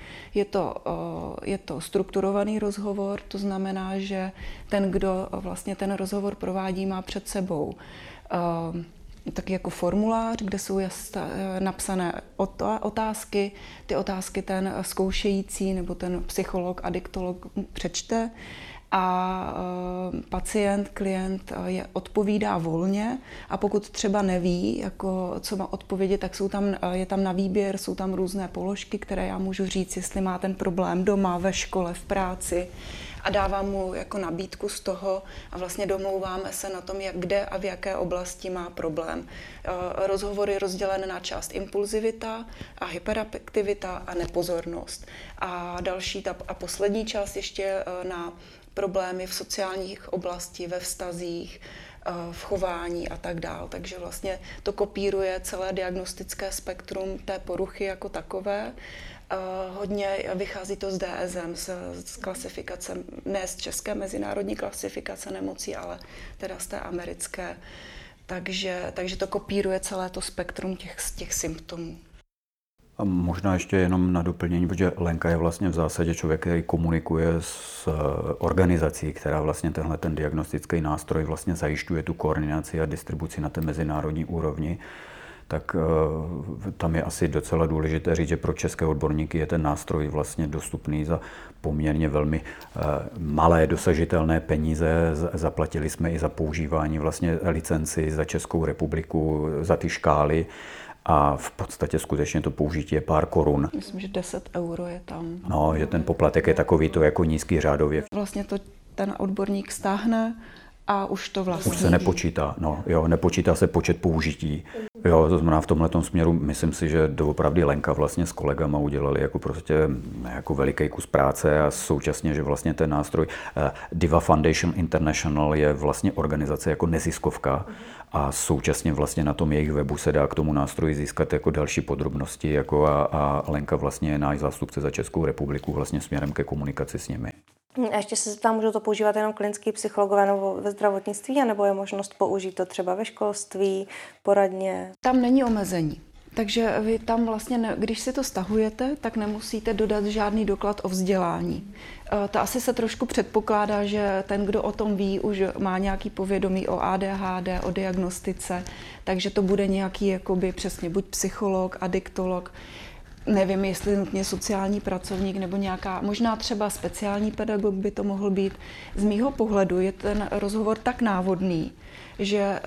Je to strukturovaný rozhovor, to znamená, že ten, kdo vlastně ten rozhovor provádí, má před sebou taky jako formulář, kde jsou napsané otázky. Ty otázky ten zkoušející nebo ten psycholog, adiktolog přečte a klient odpovídá volně a pokud třeba neví, jako, co má odpovědět, tak je tam na výběr, jsou tam různé položky, které já můžu říct, jestli má ten problém doma, ve škole, v práci. A dávám mu jako nabídku z toho a vlastně domlouváme se na tom, kde a v jaké oblasti má problém. Rozhovor je rozdělen na část impulzivita a hyperaktivita a nepozornost. A poslední část ještě na problémy v sociálních oblasti, ve vztazích, v chování a tak dál. Takže vlastně to kopíruje celé diagnostické spektrum té poruchy jako takové. Hodně vychází to z DSM, z klasifikace, ne z české mezinárodní klasifikace nemocí, ale teda z té americké. Takže to kopíruje celé to spektrum těch symptomů. A možná ještě jenom na doplnění, protože Lenka je vlastně v zásadě člověk, který komunikuje s organizací, která vlastně ten diagnostický nástroj vlastně zajišťuje tu koordinaci a distribuci na té mezinárodní úrovni. Tak tam je asi docela důležité říct, že pro české odborníky je ten nástroj vlastně dostupný za poměrně velmi malé dosažitelné peníze. Zaplatili jsme i za používání vlastně licenci za Českou republiku, za ty škály. A v podstatě skutečně to použití je pár korun. Myslím, že 10 € je tam. No, že ten poplatek je takový to jako nízký řádově. Vlastně to ten odborník stáhne a už to vlastně... Už se nepočítá, nepočítá se počet použití. Jo, to znamená v tomhletom směru, myslím si, že doopravdy Lenka vlastně s kolegama udělali jako prostě jako veliký kus práce a současně, že vlastně ten nástroj Diva Foundation International je vlastně organizace jako neziskovka a současně vlastně na tom jejich webu se dá k tomu nástroji získat jako další podrobnosti jako a Lenka vlastně je náš zástupce za Českou republiku vlastně směrem ke komunikaci s nimi. A ještě se zeptám, můžou to používat jenom klinický psychologové nebo ve zdravotnictví, anebo je možnost použít to třeba ve školství, poradně? Tam není omezení. Takže vy tam vlastně, když si to stahujete, tak nemusíte dodat žádný doklad o vzdělání. To asi se trošku předpokládá, že ten, kdo o tom ví, už má nějaký povědomí o ADHD, o diagnostice, takže to bude nějaký jakoby přesně buď psycholog, adiktolog, nevím, jestli nutně sociální pracovník nebo nějaká, možná třeba speciální pedagog by to mohl být. Z mýho pohledu je ten rozhovor tak návodný, že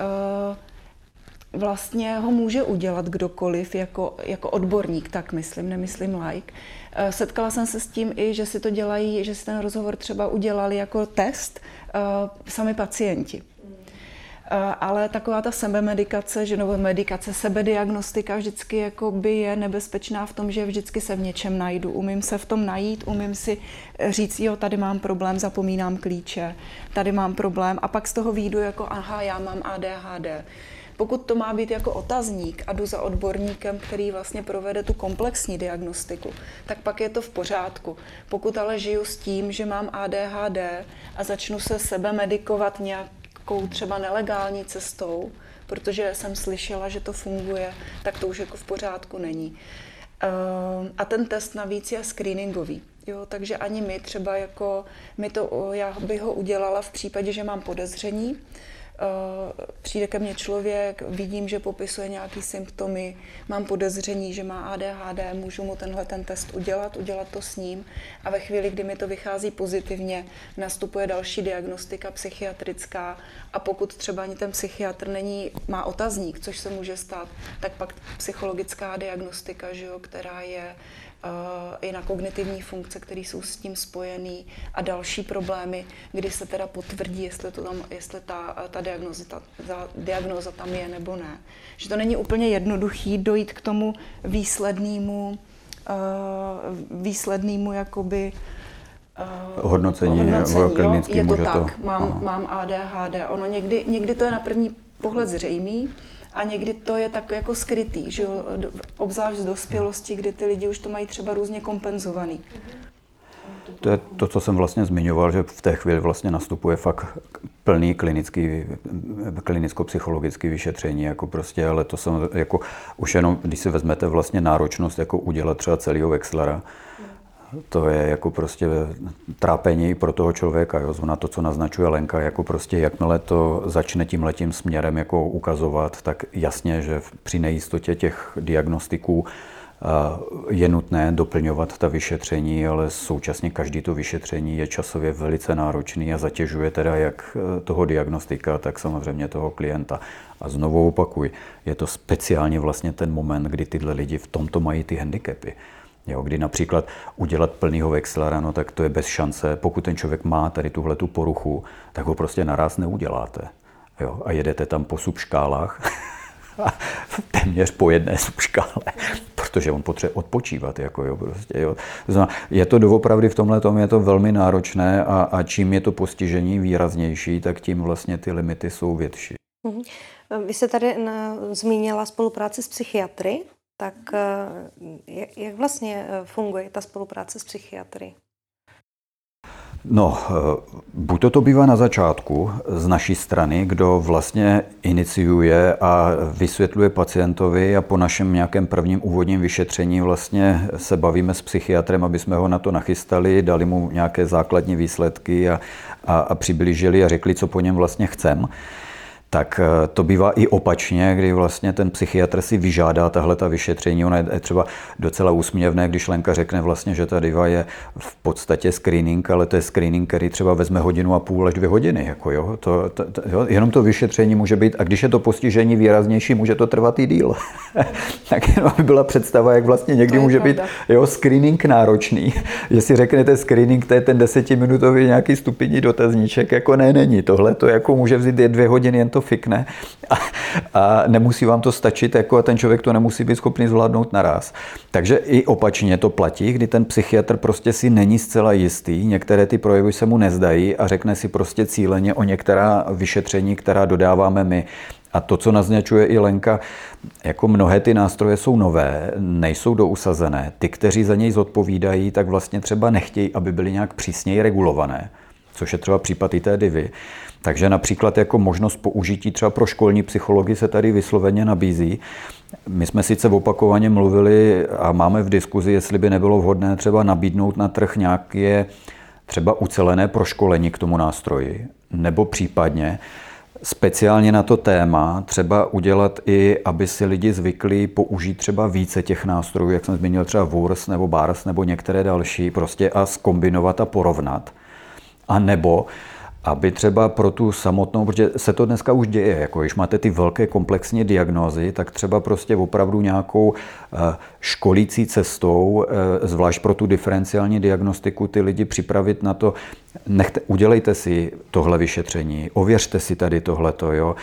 vlastně ho může udělat kdokoliv jako odborník, tak myslím, nemyslím laik. Setkala jsem se s tím i, že si to dělají, že si ten rozhovor třeba udělali jako test sami pacienti. Ale taková ta sebemedikace, sebediagnostika vždycky jakoby je nebezpečná v tom, že vždycky se v něčem najdu. Umím se v tom najít, umím si říct, jo, tady mám problém, zapomínám klíče, tady mám problém a pak z toho vyjdu jako, aha, já mám ADHD. Pokud to má být jako otazník a jdu za odborníkem, který vlastně provede tu komplexní diagnostiku, tak pak je to v pořádku. Pokud ale žiju s tím, že mám ADHD a začnu se sebemedikovat nějakou třeba nelegální cestou, protože jsem slyšela, že to funguje, tak to už jako v pořádku není. A ten test navíc je screeningový. Jo, takže ani my třeba jako, já bych ho udělala v případě, že mám podezření. Přijde ke mně člověk, vidím, že popisuje nějaké symptomy, mám podezření, že má ADHD, můžu mu ten test udělat to s ním a ve chvíli, kdy mi to vychází pozitivně, nastupuje další diagnostika psychiatrická a pokud třeba ani ten psychiatr má otazník, což se může stát, tak pak psychologická diagnostika, že jo, která je i na kognitivní funkce, které jsou s tím spojený a další problémy, kdy se teda potvrdí, jestli ta diagnóza tam je nebo ne. Že to není úplně jednoduchý dojít k tomu výslednému jakoby hodnocení klinický, je to může tak. to... Mám ADHD. Ono někdy to je na první pohled zřejmý a někdy to je tak jako skrytý, že jo? Obzvlášť z dospělosti, kdy ty lidi už to mají třeba různě kompenzovaný. To je to, co jsem vlastně zmiňoval, že v té chvíli vlastně nastupuje fakt plný klinicko-psychologický vyšetření, jako prostě, ale to jsem jako už jenom, když si vezmete vlastně náročnost, jako udělat třeba celého Wechslera, to je jako prostě trápení pro toho člověka, jo, na to, co naznačuje Lenka, jako prostě jakmile to začne tímhletím směrem jako ukazovat, tak jasně, že při nejistotě těch diagnostiků je nutné doplňovat ta vyšetření, ale současně každý to vyšetření je časově velice náročný a zatěžuje teda jak toho diagnostika, tak samozřejmě toho klienta. A znovu opakuj, je to speciálně vlastně ten moment, kdy tyhle lidi v tomto mají ty handicapy. Jo, kdy například udělat plnýho Wechslera, no tak to je bez šance. Pokud ten člověk má tady tuhletu poruchu, tak ho prostě naraz neuděláte. Jo, a jedete tam po subškálách, téměř po jedné subškále, protože on potřebuje odpočívat. Jako jo, prostě, jo. Je to doopravdy v tomhle tom je to velmi náročné a čím je to postižení výraznější, tak tím vlastně ty limity jsou větší. Vy jste tady zmínila spolupráci s psychiatry, tak jak vlastně funguje ta spolupráce s psychiatry? No, buď to bývá na začátku z naší strany, kdo vlastně iniciuje a vysvětluje pacientovi a po našem nějakém prvním úvodním vyšetření vlastně se bavíme s psychiatrem, aby jsme ho na to nachystali, dali mu nějaké základní výsledky a přiblížili a řekli, co po něm vlastně chcem. Tak to bývá i opačně, kdy vlastně ten psychiatr si vyžádá tahleta vyšetření. Ono je třeba docela úsměvné, když Lenka řekne vlastně, že ta diva je v podstatě screening, ale to je screening, který třeba vezme 1,5 hodiny až 2 hodiny. Jako jo. Jo. Jenom to vyšetření může být, a když je to postižení výraznější, může to trvat i díl. Tak jenom by byla představa, jak vlastně někdy může být screening náročný. Jestli řeknete screening, to je ten 10minutový nějaký stupidní dotazníček, jako není. Tohle to jako může vzít 2 hodiny, jen to fikne a nemusí vám to stačit, jako a ten člověk to nemusí být schopný zvládnout naraz. Takže i opačně to platí, kdy ten psychiatr prostě si není zcela jistý, některé ty projevy se mu nezdají a řekne si prostě cíleně o některá vyšetření, která dodáváme my. A to, co naznačuje i Lenka, jako mnohé ty nástroje jsou nové, nejsou dousazené. Ty, kteří za něj zodpovídají, tak vlastně třeba nechtějí, aby byly nějak přísněji regulované, což je třeba případ i té divy. Takže například jako možnost použití třeba pro školní psychologii se tady vysloveně nabízí. My jsme sice opakovaně mluvili a máme v diskuzi, jestli by nebylo vhodné třeba nabídnout na trh nějaké třeba ucelené proškolení k tomu nástroji, nebo případně speciálně na to téma třeba udělat i, aby si lidi zvykli použít třeba více těch nástrojů, jak jsem zmínil třeba WURS nebo BARS nebo některé další, prostě a zkombinovat a porovnat. A nebo aby třeba pro tu samotnou, protože se to dneska už děje, jako když máte ty velké komplexní diagnózy, tak třeba prostě opravdu nějakou školící cestou, zvlášť pro tu diferenciální diagnostiku, ty lidi připravit na to, udělejte si tohle vyšetření, ověřte si tady tohleto, jo.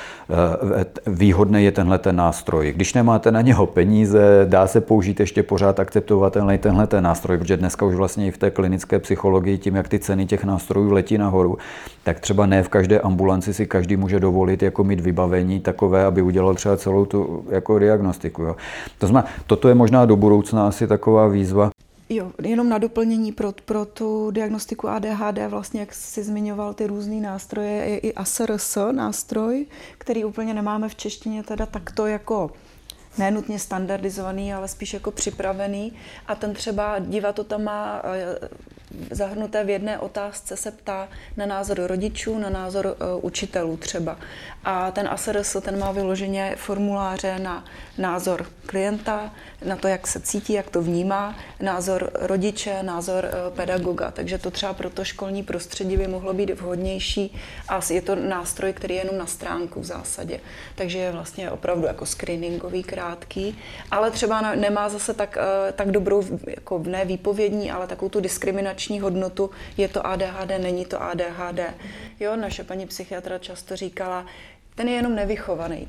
Výhodný je tenhle ten nástroj. Když nemáte na něho peníze, dá se použít ještě pořád akceptovatelný tenhle ten nástroj, protože dneska už vlastně i v té klinické psychologii, tím, jak ty ceny těch nástrojů letí nahoru, tak třeba ne v každé ambulanci si každý může dovolit jako mít vybavení takové, aby udělal třeba celou tu jako diagnostiku. Jo. To znamená, toto je možná do budoucna asi taková výzva. Jo, jenom na doplnění pro tu diagnostiku ADHD, vlastně jak jsi zmiňoval ty různý nástroje, je i ASRS nástroj, který úplně nemáme v češtině teda takto jako nenutně standardizovaný, ale spíš jako připravený. A ten třeba diva to tam má zahrnuté v jedné otázce, se ptá na názor rodičů, na názor učitelů třeba. A ten ASRS, ten má vyloženě formuláře na názor klienta, na to, jak se cítí, jak to vnímá, názor rodiče, názor pedagoga. Takže to třeba pro to školní prostředí by mohlo být vhodnější a je to nástroj, který je jenom na stránku v zásadě. Takže je vlastně opravdu jako screeningový, krátký, ale třeba nemá zase tak dobrou, jako ne výpovědní, ale takovou tu diskriminační hodnotu, je to ADHD, není to ADHD. Jo, naše paní psychiatra často říkala, ten je jenom nevychovaný,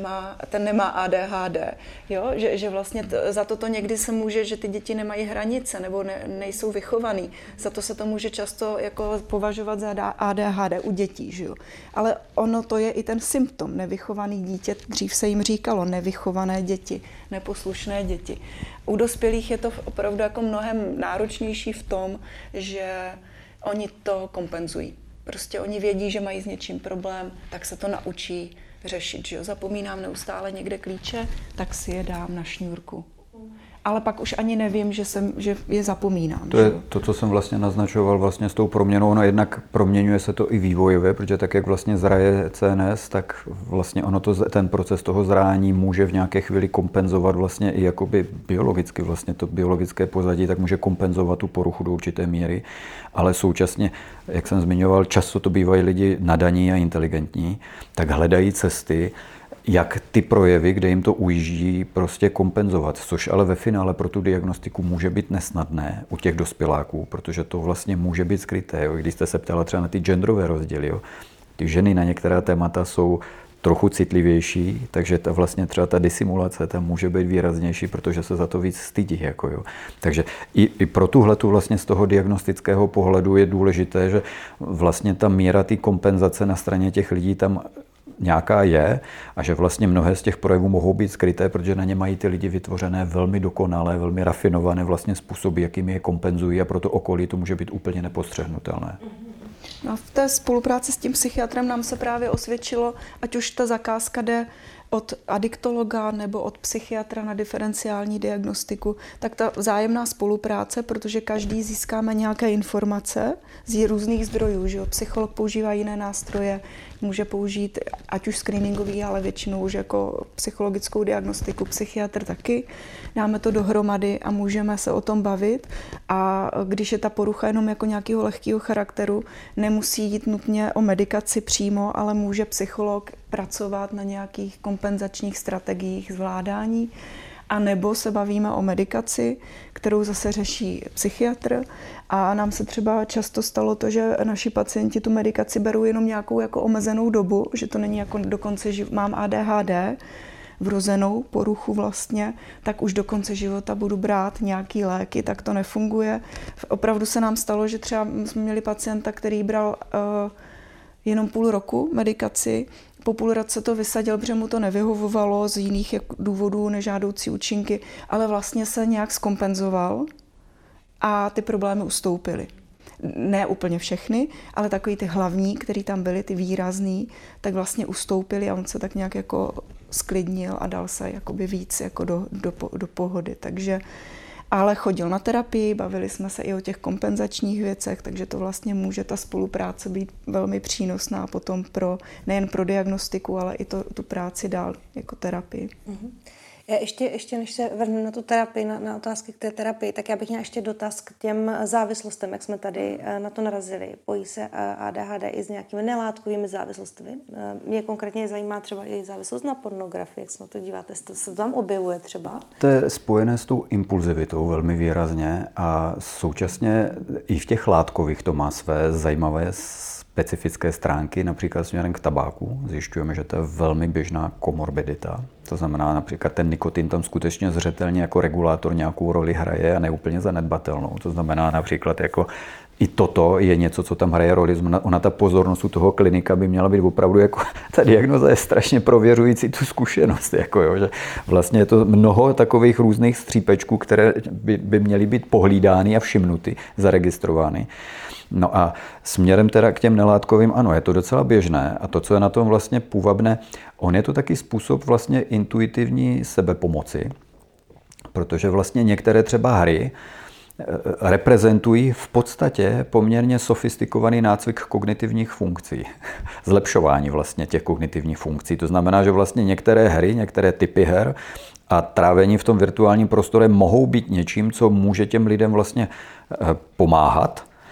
ten nemá ADHD, jo? Že vlastně za to někdy se může, že ty děti nemají hranice nebo nejsou vychovaný. Za to se to může často jako považovat za ADHD u dětí, že jo? Ale ono to je i ten symptom, nevychovaný dítě, dřív se jim říkalo nevychované děti, neposlušné děti. U dospělých je to opravdu jako mnohem náročnější v tom, že oni to kompenzují. Prostě oni vědí, že mají s něčím problém, tak se to naučí řešit. Že jo? Zapomínám neustále někde klíče, tak si je dám na šňůrku. Ale pak už ani nevím, že je zapomínám. To je to, co jsem vlastně naznačoval vlastně s tou proměnou. No jednak proměňuje se to i vývojově, protože tak, jak vlastně zraje CNS, tak vlastně ten proces toho zrání může v nějaké chvíli kompenzovat vlastně i jakoby biologicky, vlastně to biologické pozadí, tak může kompenzovat tu poruchu do určité míry. Ale současně, jak jsem zmiňoval, často to bývají lidi nadaní a inteligentní, tak hledají cesty, jak ty projevy, kde jim to ujíždí, prostě kompenzovat. Což ale ve finále pro tu diagnostiku může být nesnadné u těch dospěláků, protože to vlastně může být skryté. Jo. Když jste se ptala třeba na ty genderové rozdíly, jo. Ty ženy na některá témata jsou trochu citlivější, takže vlastně třeba ta disimulace tam může být výraznější, protože se za to víc stydí. Jako jo. Takže i pro tuhletu vlastně z toho diagnostického pohledu je důležité, že vlastně ta míra té kompenzace na straně těch lidí tam nějaká je a že vlastně mnohé z těch projevů mohou být skryté, protože na ně mají ty lidi vytvořené velmi dokonalé, velmi rafinované vlastně způsoby, jakými je kompenzují a pro to okolí to může být úplně nepostřehnutelné. No, v té spolupráci s tím psychiatrem nám se právě osvědčilo, ať už ta zakázka jde od adiktologa nebo od psychiatra na diferenciální diagnostiku, tak ta vzájemná spolupráce, protože každý získáme nějaké informace z různých zdrojů, že jo? Psycholog používá jiné nástroje, může použít ať už screeningový, ale většinou už jako psychologickou diagnostiku, psychiatr taky. Dáme to dohromady a můžeme se o tom bavit. A když je ta porucha jenom jako nějakého lehkého charakteru, nemusí jít nutně o medikaci přímo, ale může psycholog pracovat na nějakých kompenzačních strategiích zvládání. A nebo se bavíme o medikaci, kterou zase řeší psychiatr. A nám se třeba často stalo to, že naši pacienti tu medikaci berou jenom nějakou jako omezenou dobu, že to není jako do konce života, mám ADHD, vrozenou poruchu vlastně, tak už do konce života budu brát nějaký léky, tak to nefunguje. Opravdu se nám stalo, že třeba jsme měli pacienta, který bral jenom půl roku medikaci, po půl roce to vysadil, protože mu to nevyhovovalo z jiných důvodů, nežádoucí účinky, ale vlastně se nějak zkompenzoval a ty problémy ustoupily. Ne úplně všechny, ale takový ty hlavní, který tam byly, ty výrazný, tak vlastně ustoupily a on se tak nějak jako sklidnil a dal se jakoby víc jako do pohody. Takže ale chodil na terapii, bavili jsme se i o těch kompenzačních věcech, takže to vlastně může ta spolupráce být velmi přínosná potom nejen pro diagnostiku, ale i tu práci dál jako terapii. Mm-hmm. Ještě než se vrhnu na tu terapii, na otázky k té terapii, tak já bych měla ještě dotaz k těm závislostem, jak jsme tady na to narazili. Pojí se ADHD i s nějakými nelátkovými závislostmi. Mě konkrétně zajímá třeba i závislost na pornografii, jak se na to díváte, to se tam objevuje třeba? To je spojené s tou impulzivitou velmi výrazně a současně i v těch látkových to má své zajímavé specifické stránky, například směrem k tabáku. Zjišťujeme, že to je velmi běžná komorbidita. To znamená, například ten nikotin tam skutečně zřetelně jako regulátor nějakou roli hraje a neúplně zanedbatelnou. To znamená například jako i toto je něco, co tam hraje roli. Ona ta pozornost u toho klinika by měla být opravdu jako, ta diagnoza je strašně prověřující tu zkušenost, jako jo, že vlastně je to mnoho takových různých střípečků, které by měly být pohlídány a všimnuty, zaregistrovány. No a směrem teda k těm nelátkovým, ano, je to docela běžné a to, co je na tom vlastně půvabné, on je to taky způsob vlastně intuitivní sebepomoci, protože vlastně některé třeba hry reprezentují v podstatě poměrně sofistikovaný nácvik kognitivních funkcí. Zlepšování vlastně těch kognitivních funkcí. To znamená, že vlastně některé hry, některé typy her a trávení v tom virtuálním prostoru mohou být něčím, co může těm lidem vlastně pomáhat.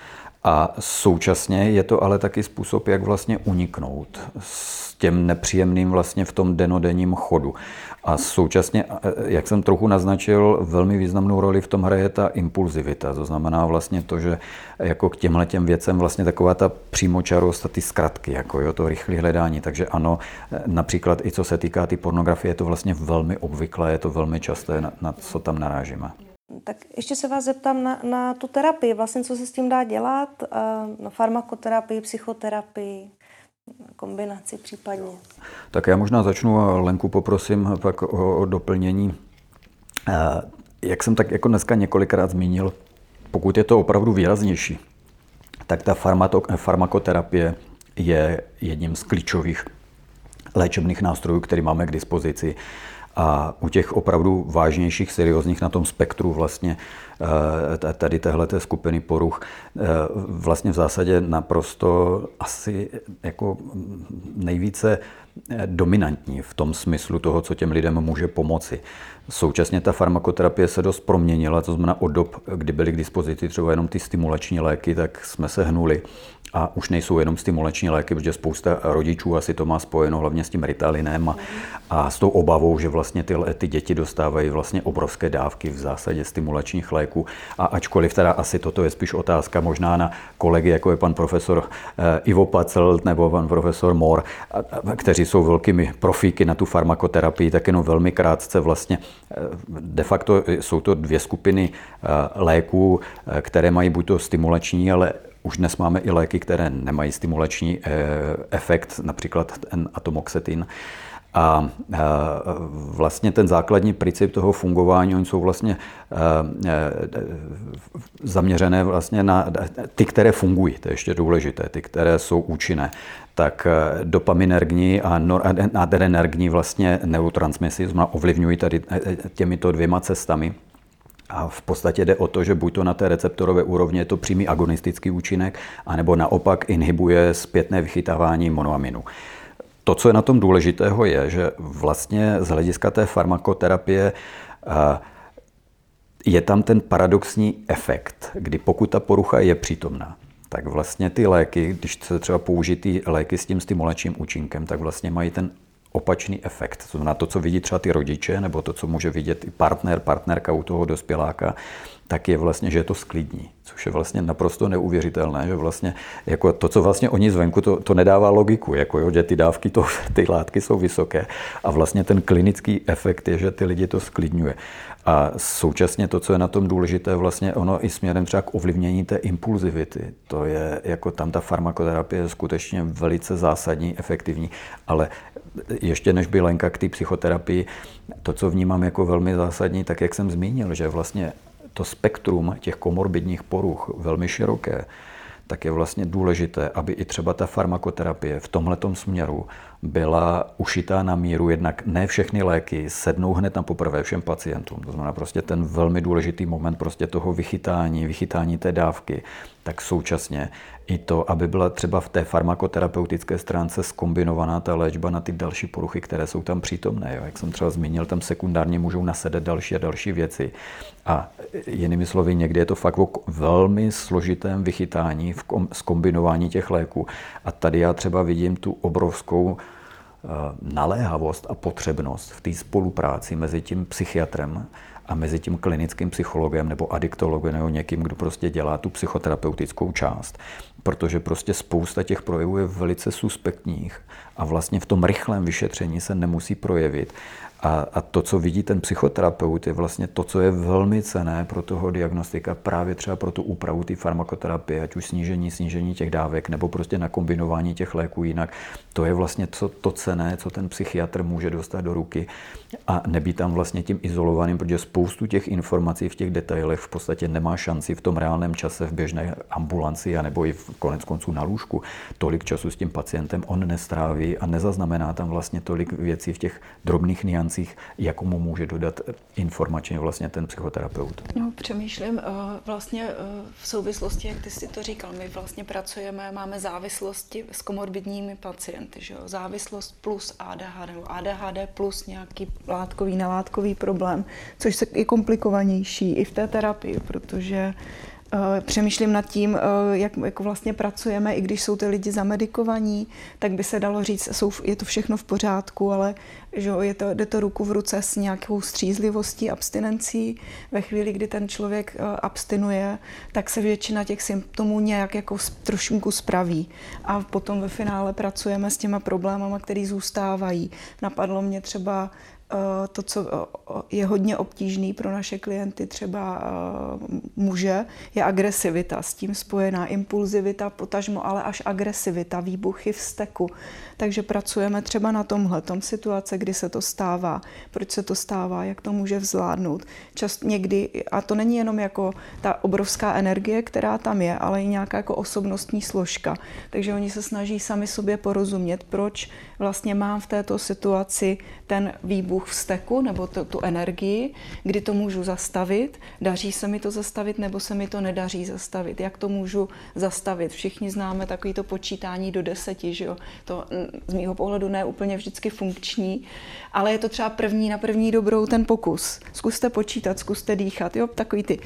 A současně je to ale taky způsob, jak vlastně uniknout s těm nepříjemným vlastně v tom dennodenním chodu. A současně, jak jsem trochu naznačil, velmi významnou roli v tom hraje ta impulzivita. To znamená vlastně to, že jako k těmhletěm věcem vlastně taková ta přímočarost a ty zkratky, jako jo, to rychlé hledání. Takže ano, například i co se týká ty pornografie, je to vlastně velmi obvyklé, je to velmi časté, na co tam narážíme. Tak ještě se vás zeptám na tu terapii. Vlastně co se s tím dá dělat? Na farmakoterapii, psychoterapii, kombinaci případně. Tak já možná začnu a Lenku poprosím pak o doplnění. Jak jsem tak jako dneska několikrát zmínil, pokud je to opravdu výraznější, tak ta farmakoterapie je jedním z klíčových léčebných nástrojů, který máme k dispozici. A u těch opravdu vážnějších, seriózních na tom spektru vlastně tady téhleté skupiny poruch vlastně v zásadě naprosto asi jako nejvíce dominantní v tom smyslu toho, co těm lidem může pomoci. Současně ta farmakoterapie se dost proměnila, to znamená od dob, kdy byly k dispozici třeba jenom ty stimulační léky, tak jsme se hnuli a už nejsou jenom stimulační léky, protože spousta rodičů asi to má spojeno hlavně s tím Ritalinem a s tou obavou, že vlastně ty děti dostávají vlastně obrovské dávky v zásadě stimulačních léků. A ačkoliv teda asi toto je spíš otázka možná na kolegy, jako je pan profesor Ivo Pacel nebo pan profesor Mohr, kteří jsou velkými profíky na tu farmakoterapii, tak jenom velmi krátce vlastně de facto jsou to dvě skupiny léků, které mají buď to stimulační, ale už dnes máme i léky, které nemají stimulační efekt, například ten atomoxetin. A vlastně ten základní princip toho fungování, oni jsou vlastně zaměřené vlastně na ty, které fungují, to je ještě důležité, ty, které jsou účinné. Tak dopaminergní a noradrenergní vlastně neurotransmisy ovlivňují tady těmito dvěma cestami. A v podstatě jde o to, že buď to na té receptorové úrovni je to přímý agonistický účinek, anebo naopak inhibuje zpětné vychytávání monoaminu. To, co je na tom důležitého, je, že vlastně z hlediska té farmakoterapie je tam ten paradoxní efekt, kdy pokud ta porucha je přítomná, tak vlastně ty léky, když se třeba použitý léky s tím stimulačním účinkem, tak vlastně mají ten opačný efekt. To znamená to, co vidí třeba ty rodiče, nebo to, co může vidět i partnerka u toho dospěláka, tak je vlastně, že je to sklidní, což je vlastně naprosto neuvěřitelné, že vlastně jako to, co vlastně oni zvenku, to nedává logiku, jako jo, že ty dávky, ty látky jsou vysoké a vlastně ten klinický efekt je, že ty lidi to sklidňuje. A současně to, co je na tom důležité, vlastně ono i směrem třeba k ovlivnění té impulzivity, to je jako tam ta farmakoterapie je skutečně velice zásadní, efektivní, ale ještě než by Lenka k té psychoterapii, to, co vnímám jako velmi zásadní, tak jak jsem zmínil, že vlastně to spektrum těch komorbidních poruch velmi široké, tak je vlastně důležité, aby i třeba ta farmakoterapie v tomhletom směru byla ušitá na míru, jednak ne všechny léky sednou hned na poprvé všem pacientům. To znamená prostě ten velmi důležitý moment prostě toho vychytání té dávky, tak současně i to, aby byla třeba v té farmakoterapeutické stránce zkombinovaná ta léčba na ty další poruchy, které jsou tam přítomné. Jo. Jak jsem třeba zmínil, tam sekundárně můžou nasedet další a další věci. A jinými slovy, někdy je to fakt o velmi složitém vychytání, zkombinování těch léků. A tady já třeba vidím tu obrovskou naléhavost a potřebnost v té spolupráci mezi tím psychiatrem a mezi tím klinickým psychologem nebo adiktologem nebo někým, kdo prostě dělá tu psychoterapeutickou část. Protože prostě spousta těch projevů je velice suspektních a vlastně v tom rychlém vyšetření se nemusí projevit. A to, co vidí ten psychoterapeut, je vlastně to, co je velmi cenné pro toho diagnostika, právě třeba pro tu úpravu té farmakoterapie, ať už snížení těch dávek, nebo prostě na kombinování těch léků jinak. To je vlastně to cenné, co ten psychiatr může dostat do ruky a nebýt tam vlastně tím izolovaným, protože spoustu těch informací v těch detailech v podstatě nemá šanci v tom reálném čase v běžné ambulanci anebo i konec konců na lůžku. Tolik času s tím pacientem on nestráví a nezaznamená tam vlastně tolik věcí v těch drobných niancích, jakou mu může dodat informačně vlastně ten psychoterapeut. No, přemýšlím vlastně v souvislosti, jak ty jsi to říkal, my vlastně pracujeme, máme závislosti s komorbidními pacienty, že jo? Závislost plus ADHD, nebo ADHD plus nějaký nelátkový problém, což je komplikovanější i v té terapii, protože Přemýšlím nad tím, jak vlastně pracujeme, i když jsou ty lidi zamedikovaní, tak by se dalo říct, je to všechno v pořádku, ale že jde to ruku v ruce s nějakou střízlivostí, abstinencí. Ve chvíli, kdy ten člověk abstinuje, tak se většina těch symptomů nějak jako trošku spraví. A potom ve finále pracujeme s těma problémama, které zůstávají. Napadlo mě třeba to, co je hodně obtížný pro naše klienty, třeba muže, je agresivita. S tím spojená impulzivita, potažmo, ale až agresivita, výbuchy vzteku. Takže pracujeme třeba na tomhletom situace, kdy se to stává, proč se to stává, jak to může zvládnout. Často někdy, a to není jenom jako ta obrovská energie, která tam je, ale i nějaká jako osobnostní složka. Takže oni se snaží sami sobě porozumět, proč vlastně mám v této situaci ten výbuch vzteku nebo tu energii, kdy to můžu zastavit, daří se mi to zastavit nebo se mi to nedaří zastavit, jak to můžu zastavit. Všichni známe takový to počítání do 10, že jo? To z mýho pohledu ne úplně vždycky funkční, ale je to třeba na první dobrou ten pokus. Zkuste počítat, zkuste dýchat, jo? Takový ty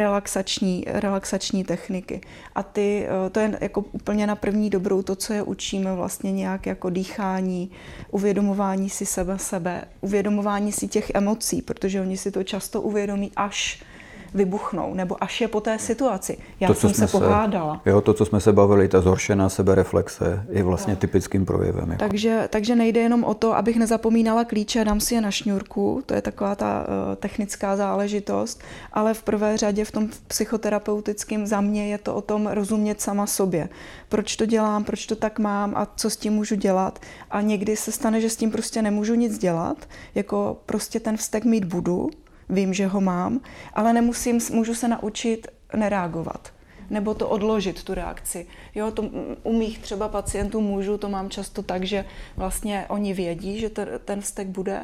relaxační techniky. A to je jako úplně na první dobrou to, co je učíme vlastně nějak jako dýchání, uvědomování si sebe, uvědomování si těch emocí, protože oni si to často uvědomí, až vybuchnou, nebo až je po té situaci. Já jsem se pohádala. To, co jsme se bavili, ta zhoršená sebereflexe je vlastně typickým projevem. Jako. Takže nejde jenom o to, abych nezapomínala klíče a dám si je na šňůrku, to je taková ta technická záležitost, ale v prvé řadě v tom psychoterapeutickém za mě je to o tom rozumět sama sobě. Proč to dělám, proč to tak mám a co s tím můžu dělat. A někdy se stane, že s tím prostě nemůžu nic dělat, jako prostě ten vztek mít budu, vím, že ho mám, ale můžu se naučit nereagovat. Nebo to odložit, tu reakci. Jo, to u mých třeba pacientů mužů to mám často tak, že vlastně oni vědí, že ten vztek bude,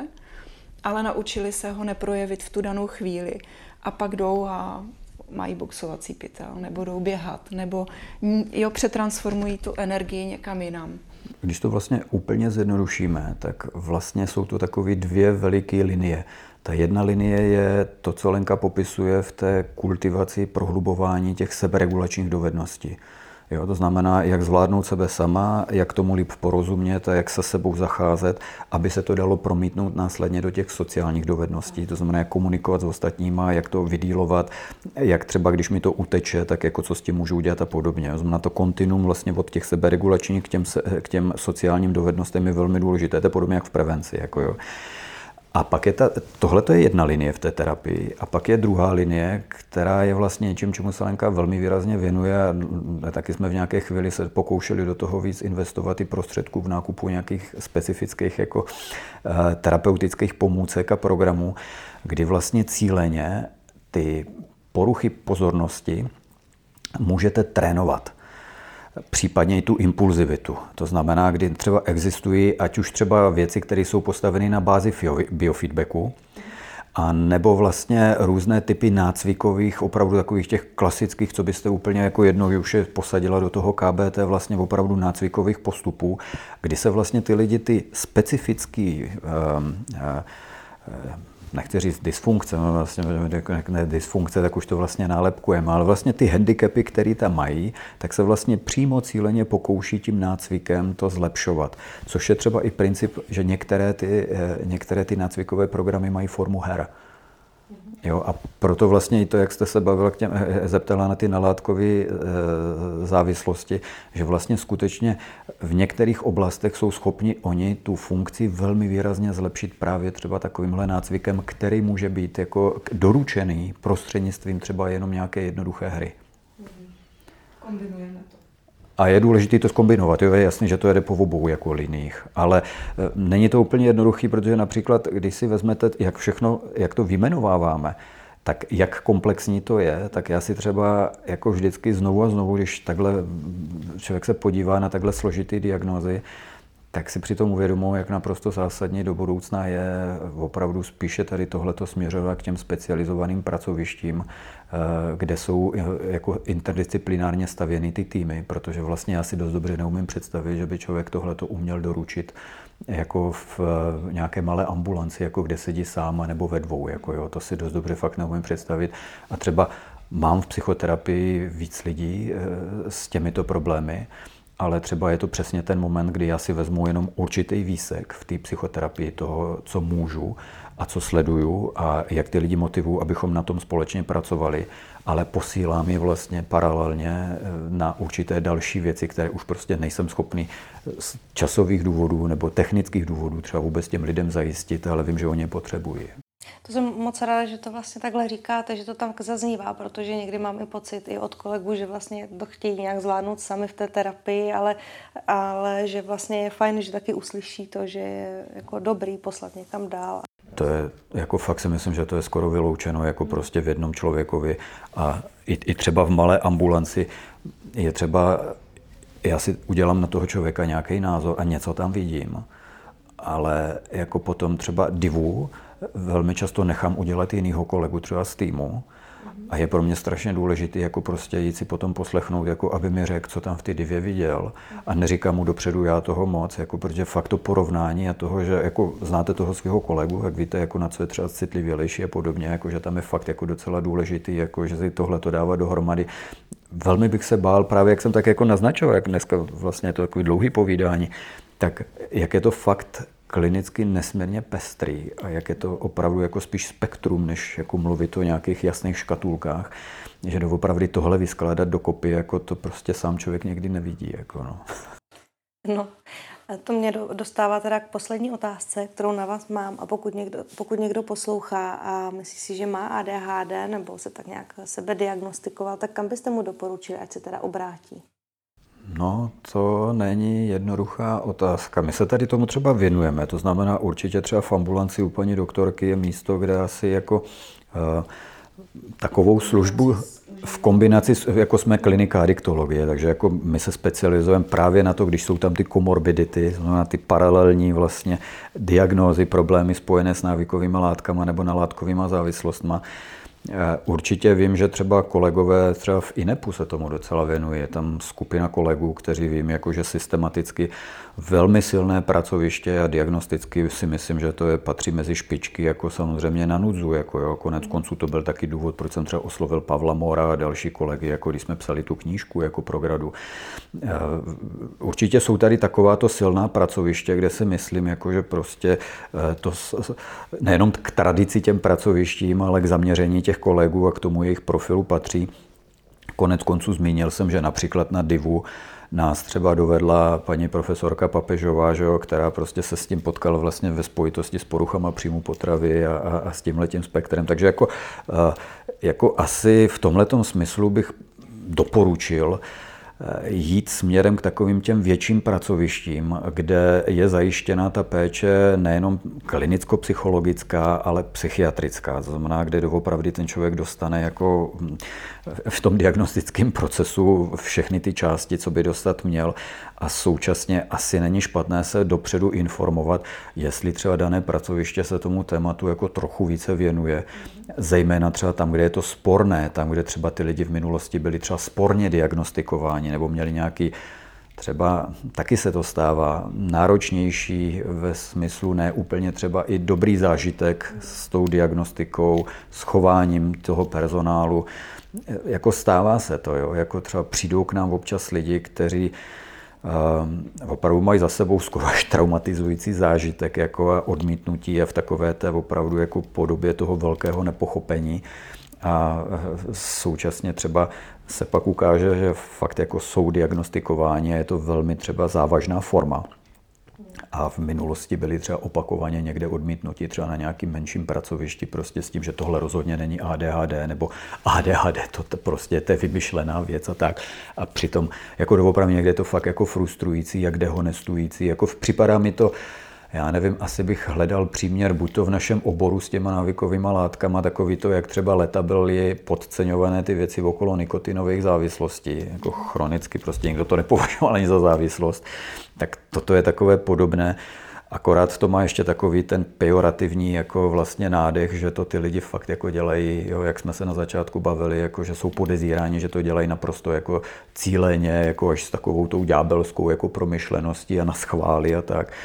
ale naučili se ho neprojevit v tu danou chvíli. A pak jdou a mají boxovací pytel, nebo jdou běhat, nebo přetransformují tu energii někam jinam. Když to vlastně úplně zjednodušíme, tak vlastně jsou to takové dvě veliké linie. Ta jedna linie je to, co Lenka popisuje v té kultivaci, prohlubování těch seberegulačních dovedností. Jo, to znamená, jak zvládnout sebe sama, jak tomu líp porozumět a jak se sebou zacházet, aby se to dalo promítnout následně do těch sociálních dovedností. To znamená, jak komunikovat s ostatníma, jak to vydýlovat, jak třeba, když mi to uteče, tak jako co s tím můžu udělat a podobně. To znamená, to kontinuum vlastně od těch seberegulačních k těm sociálním dovednostem je velmi důležité. To je podobně jak v prevenci. Jako jo. A pak je tohle je jedna linie v té terapii. A pak je druhá linie, která je vlastně něčím, čemu se Lenka velmi výrazně věnuje. A taky jsme v nějaké chvíli se pokoušeli do toho víc investovat i prostředků v nákupu nějakých specifických jako terapeutických pomůcek a programů, kdy vlastně cíleně ty poruchy pozornosti můžete trénovat. Případně i tu impulzivitu. To znamená, kdy třeba existují ať už třeba věci, které jsou postaveny na bázi biofeedbacku, a nebo vlastně různé typy nácvikových, opravdu takových těch klasických, co byste úplně jako jednoduše posadila do toho KBT, vlastně opravdu nácvikových postupů, kdy se vlastně ty lidi ty specifický nechci říct dysfunkce, vlastně ne dysfunkce, tak už to vlastně nálepkujeme, ale vlastně ty handicapy, které tam mají, tak se vlastně přímo cíleně pokouší tím nácvikem to zlepšovat. Což je třeba i princip, že některé ty nácvikové programy mají formu her. Jo, a proto vlastně i to, jak jste se bavila zeptala na ty nalátkové závislosti, že vlastně skutečně v některých oblastech jsou schopni oni tu funkci velmi výrazně zlepšit právě třeba takovýmhle nácvikem, který může být jako doručený prostřednictvím třeba jenom nějaké jednoduché hry. Kombinujeme to. A je důležité to zkombinovat. Jo, je jasný, že to jde po obou jako liniích, ale není to úplně jednoduchý, protože například, když si vezmete, jak to vyjmenováváme, tak jak komplexní to je, tak já si třeba jako vždycky znovu a znovu, když takhle člověk se podívá na takhle složitý diagnózy, tak si přitom uvědomuji, jak naprosto zásadní do budoucna je opravdu spíše tady tohleto směřovat k těm specializovaným pracovištím, kde jsou jako interdisciplinárně stavěny ty týmy, protože vlastně já si dost dobře neumím představit, že by člověk tohleto uměl doručit jako v nějaké malé ambulanci, jako kde sedí sám nebo ve dvou. Jako jo, to si dost dobře fakt neumím představit. A třeba Mám v psychoterapii víc lidí s těmito problémy, ale třeba je to přesně ten moment, kdy já si vezmu jenom určitý výsek v té psychoterapii toho, co můžu a co sleduju a jak ty lidi motivuju, abychom na tom společně pracovali, ale posílám je vlastně paralelně na určité další věci, které už prostě nejsem schopný z časových důvodů nebo technických důvodů třeba vůbec těm lidem zajistit, ale vím, že oni je potřebují. To jsem moc ráda, že to vlastně takhle říkáte, že to tam zaznívá, protože někdy mám i pocit i od kolegů, že vlastně to chtějí nějak zvládnout sami v té terapii, ale že vlastně je fajn, že taky uslyší to, že je jako dobrý poslat někam dál. To je, jako fakt si myslím, že to je skoro vyloučeno jako prostě v jednom člověkovi a i třeba v malé ambulanci je třeba, já si udělám na toho člověka nějaký názor a něco tam vidím, ale jako potom třeba divu velmi často nechám udělat jinýho kolegu třeba z týmu a je pro mě strašně důležité jako prostě jít si potom poslechnout, jako aby mi řekl, co tam v té divě viděl a neříkám mu dopředu já toho moc, jako protože fakt to porovnání a toho, že jako znáte toho svého kolegu, jak víte, jako na co je třeba citlivější a podobně, jako že tam je fakt jako docela důležitý, jako že si tohle to dává dohromady. Velmi bych se bál, právě jak jsem tak jako naznačoval, jak dneska vlastně je to takový dlouhý povídání, tak jak je to fakt klinicky nesmírně pestrý a jak je to opravdu jako spíš spektrum, než jako mluvit o nějakých jasných škatulkách, že doopravdy tohle vyskládat dokopy, jako to prostě sám člověk někdy nevidí. Jako no. No, to mě dostává teda k poslední otázce, kterou na vás mám a pokud někdo poslouchá a myslí si, že má ADHD nebo se tak nějak sebe diagnostikoval, tak kam byste mu doporučili, ať se teda obrátí? No, to není jednoduchá otázka. My se tady tomu třeba věnujeme, to znamená určitě třeba v ambulanci u paní doktorky je místo, kde asi jako takovou službu v kombinaci, jako jsme klinika adiktologie, takže jako my se specializujeme právě na to, když jsou tam ty komorbidity, znamená ty paralelní vlastně diagnózy, problémy spojené s návykovými látkama nebo nalátkovými závislostma. Určitě vím, že třeba kolegové třeba v INEPu se tomu docela věnuje. Je tam skupina kolegů, kteří vím, jakože systematicky velmi silné pracoviště a diagnosticky si myslím, že to patří mezi špičky, jako samozřejmě na NUDZu. Jako jo. Konec konců to byl taky důvod, proč jsem třeba oslovil Pavla Mora a další kolegy, jako když jsme psali tu knížku jako pro Gradu. Určitě jsou tady takováto silná pracoviště, kde si myslím, jakože prostě to nejenom k tradici těm pracovištím, ale k zaměření těch kolegů a k tomu jejich profilu patří. Konec konců zmínil jsem, že například na divu nás třeba dovedla paní profesorka Papežová, že jo, která prostě se s tím potkala vlastně ve spojitosti s poruchama příjmu potravy a s tímhletím spektrem. Takže jako asi v tomhletom smyslu bych doporučil jít směrem k takovým těm větším pracovištím, kde je zajištěná ta péče nejenom klinicko-psychologická, ale psychiatrická. To znamená, kde doopravdy ten člověk dostane jako v tom diagnostickém procesu všechny ty části, co by dostat měl. A současně asi není špatné se dopředu informovat, jestli třeba dané pracoviště se tomu tématu jako trochu více věnuje. Zejména třeba tam, kde je to sporné, tam, kde třeba ty lidi v minulosti byli třeba sporně diagnostikováni nebo měli nějaký, třeba taky se to stává, náročnější ve smyslu ne úplně třeba i dobrý zážitek s tou diagnostikou, s chováním toho personálu. Jako stává se to, jo? Jako třeba přijdou k nám občas lidi, kteří opravdu mají za sebou skoro až traumatizující zážitek jako a odmítnutí a v takové té opravdu jako podobě toho velkého nepochopení. A současně třeba se pak ukáže, že fakt jako jsou diagnostikováni a je to velmi třeba závažná forma. A v minulosti byli třeba opakovaně někde odmítnutí třeba na nějakým menším pracovišti prostě s tím, že tohle rozhodně není ADHD nebo ADHD, to prostě to je vymyšlená věc a tak. A přitom jako doopravdy někde je to fakt jako frustrující, jak dehonestující, jako připadá mi to, já nevím, asi bych hledal příměr buď to v našem oboru s těma návykovými látkama, takový to, jak třeba leta byly podceňované ty věci okolo nikotinových závislostí, jako chronicky prostě nikdo to nepovažoval ani za závislost, tak toto je takové podobné, akorát to má ještě takový ten pejorativní jako vlastně nádech, že to ty lidi fakt jako dělají, jo, jak jsme se na začátku bavili, jako že jsou podezíráni, že to dělají naprosto jako cíleně, jako až s takovou tou ďábelskou jako promyšleností a na schvály a tak.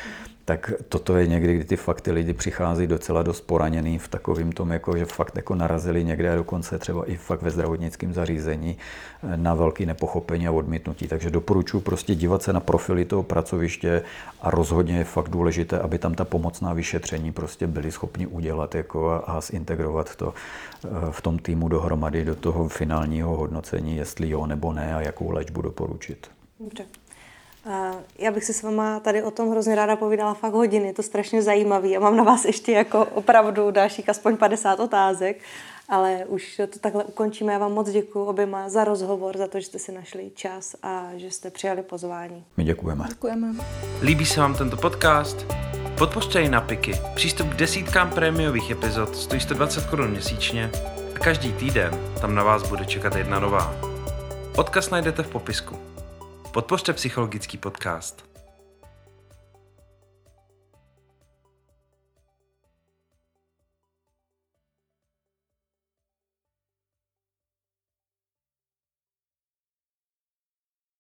tak toto je někdy, kdy ty fakty lidi přichází docela dost poraněný v takovým tom, jako, že fakt jako narazili někde a dokonce třeba i fakt ve zdravotnickém zařízení na velké nepochopení a odmítnutí. Takže doporučuji prostě dívat se na profily toho pracoviště a rozhodně je fakt důležité, aby tam ta pomocná vyšetření prostě byli schopni udělat jako a zintegrovat to v tom týmu dohromady do toho finálního hodnocení, jestli jo nebo ne a jakou léčbu doporučit. Dobře. Já bych si s váma tady o tom hrozně ráda povídala fakt hodiny, je to strašně zajímavý a mám na vás ještě jako opravdu dalších aspoň 50 otázek, ale už to takhle ukončíme. Já vám moc děkuji oběma za rozhovor, za to, že jste si našli čas a že jste přijali pozvání. My děkujeme. Děkujeme. Líbí se vám tento podcast? Podpořte jej na PIKy. Přístup k desítkám prémiových epizod stojí 120 Kč měsíčně a každý týden tam na vás bude čekat jedna nová. Odkaz najdete v popisku. Podpořte Psychologický podcast.